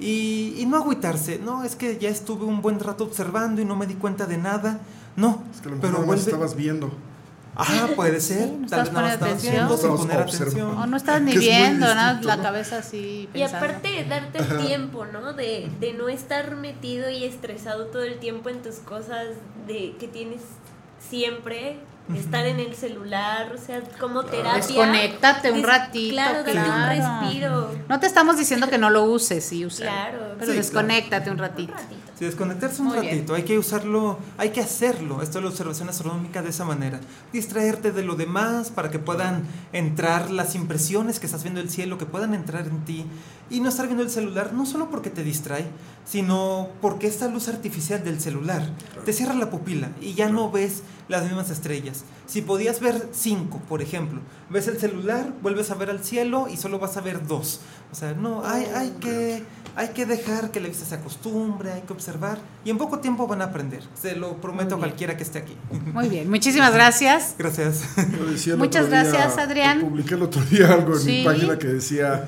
y, y no agüitarse. No, es que ya estuve un buen rato observando y no me di cuenta de nada. No,
Es que a lo mejor
pero
nada más
vuelve...
estabas viendo.
Ah, puede ser.
Sí, no
Tal
estabas
vez nada más
poniendo
estabas
atención.
viendo sin
Estabas
poner
observando.
atención.
O no estás ni
Que es muy
viendo, ¿no?
distinto,
La
¿no?
cabeza así
Y
pensando.
aparte darte el tiempo, ¿no? De, de no estar metido y estresado todo el tiempo en tus cosas de que tienes siempre, estar en el celular, o sea, como terapia.
Desconéctate un
Des-
ratito,
Claro, date
claro.
un respiro.
No te estamos diciendo que no lo uses, sí, úsalo.
Claro.
Pero
Sí,
desconéctate un ratito.
Sí, desconectarse un
Muy bien.
ratito, hay que usarlo, hay que hacerlo, esto es la observación astronómica de esa manera, distraerte de lo demás para que puedan entrar las impresiones que estás viendo del cielo, que puedan entrar en ti y no estar viendo el celular, no solo porque te distrae, sino porque esta luz artificial del celular te cierra la pupila y ya no ves las mismas estrellas. Si podías ver cinco, por ejemplo, ves el celular, vuelves a ver al cielo y solo vas a ver dos. O sea, no, hay, hay que... Hay que dejar que la vista se acostumbre, hay que observar y en poco tiempo van a aprender. Se lo prometo a cualquiera que esté aquí.
Muy bien, muchísimas gracias.
Gracias.
Yo decía el
Muchas
otro día-
gracias, Adrián.
Publiqué el otro día algo en
Sí.
mi página que decía,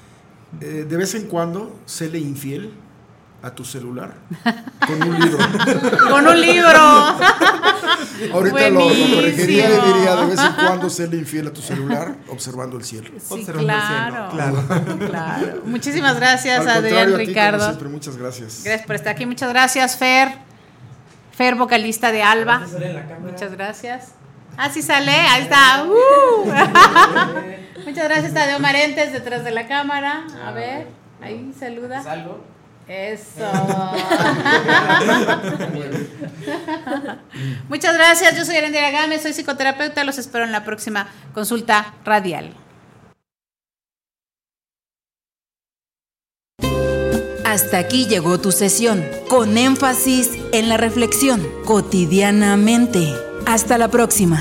eh, de vez en cuando, séle infiel a tu celular con un libro.
Con un libro.
Ahorita lo, lo
Buenísimo.
corregiría y le diría, de vez en cuando, séle infiel a tu celular observando el cielo.
Sí,
Observando el
claro.
cielo, claro.
Claro. Muchísimas gracias,
Al
Adrián,
contrario, a ti, como
Ricardo.
siempre, muchas gracias.
Gracias por estar aquí. Muchas gracias, Fer. Fer, vocalista de Alba. Muchas gracias. Ah, sí sale, ahí está. ¡Uh! Muchas gracias, Tadeo Marentes, detrás de la cámara. A ver, ahí saluda. Eso. Muchas gracias. Yo soy Erendira Gámez, soy psicoterapeuta. Los espero en la próxima consulta radial.
Hasta aquí llegó tu sesión, con énfasis en la reflexión, cotidianamente. Hasta la próxima.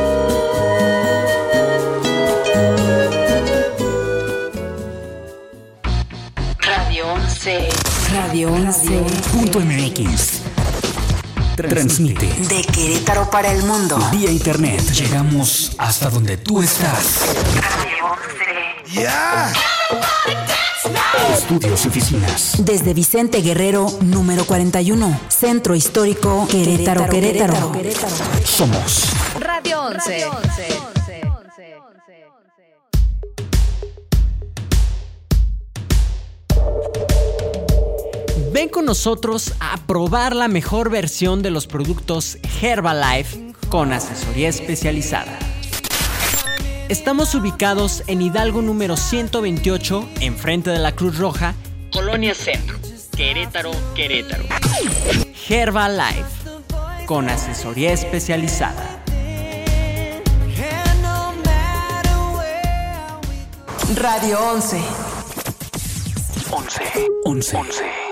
Radio once.
Radio once.
Punto M X. Transmite
De Querétaro para el mundo.
vía internet. Llegamos hasta donde tú estás.
Radio once.
¡Ya!
Estudios y oficinas.
Desde Vicente Guerrero, número cuarenta y uno, Centro Histórico, Querétaro, Querétaro.
Somos
Radio once.
Ven con nosotros a probar la mejor versión de los productos Herbalife con asesoría especializada. Estamos ubicados en Hidalgo número ciento veintiocho, enfrente de la Cruz Roja, Colonia Centro, Querétaro, Querétaro. Herbalife, con asesoría especializada.
Radio once.
once. once. once.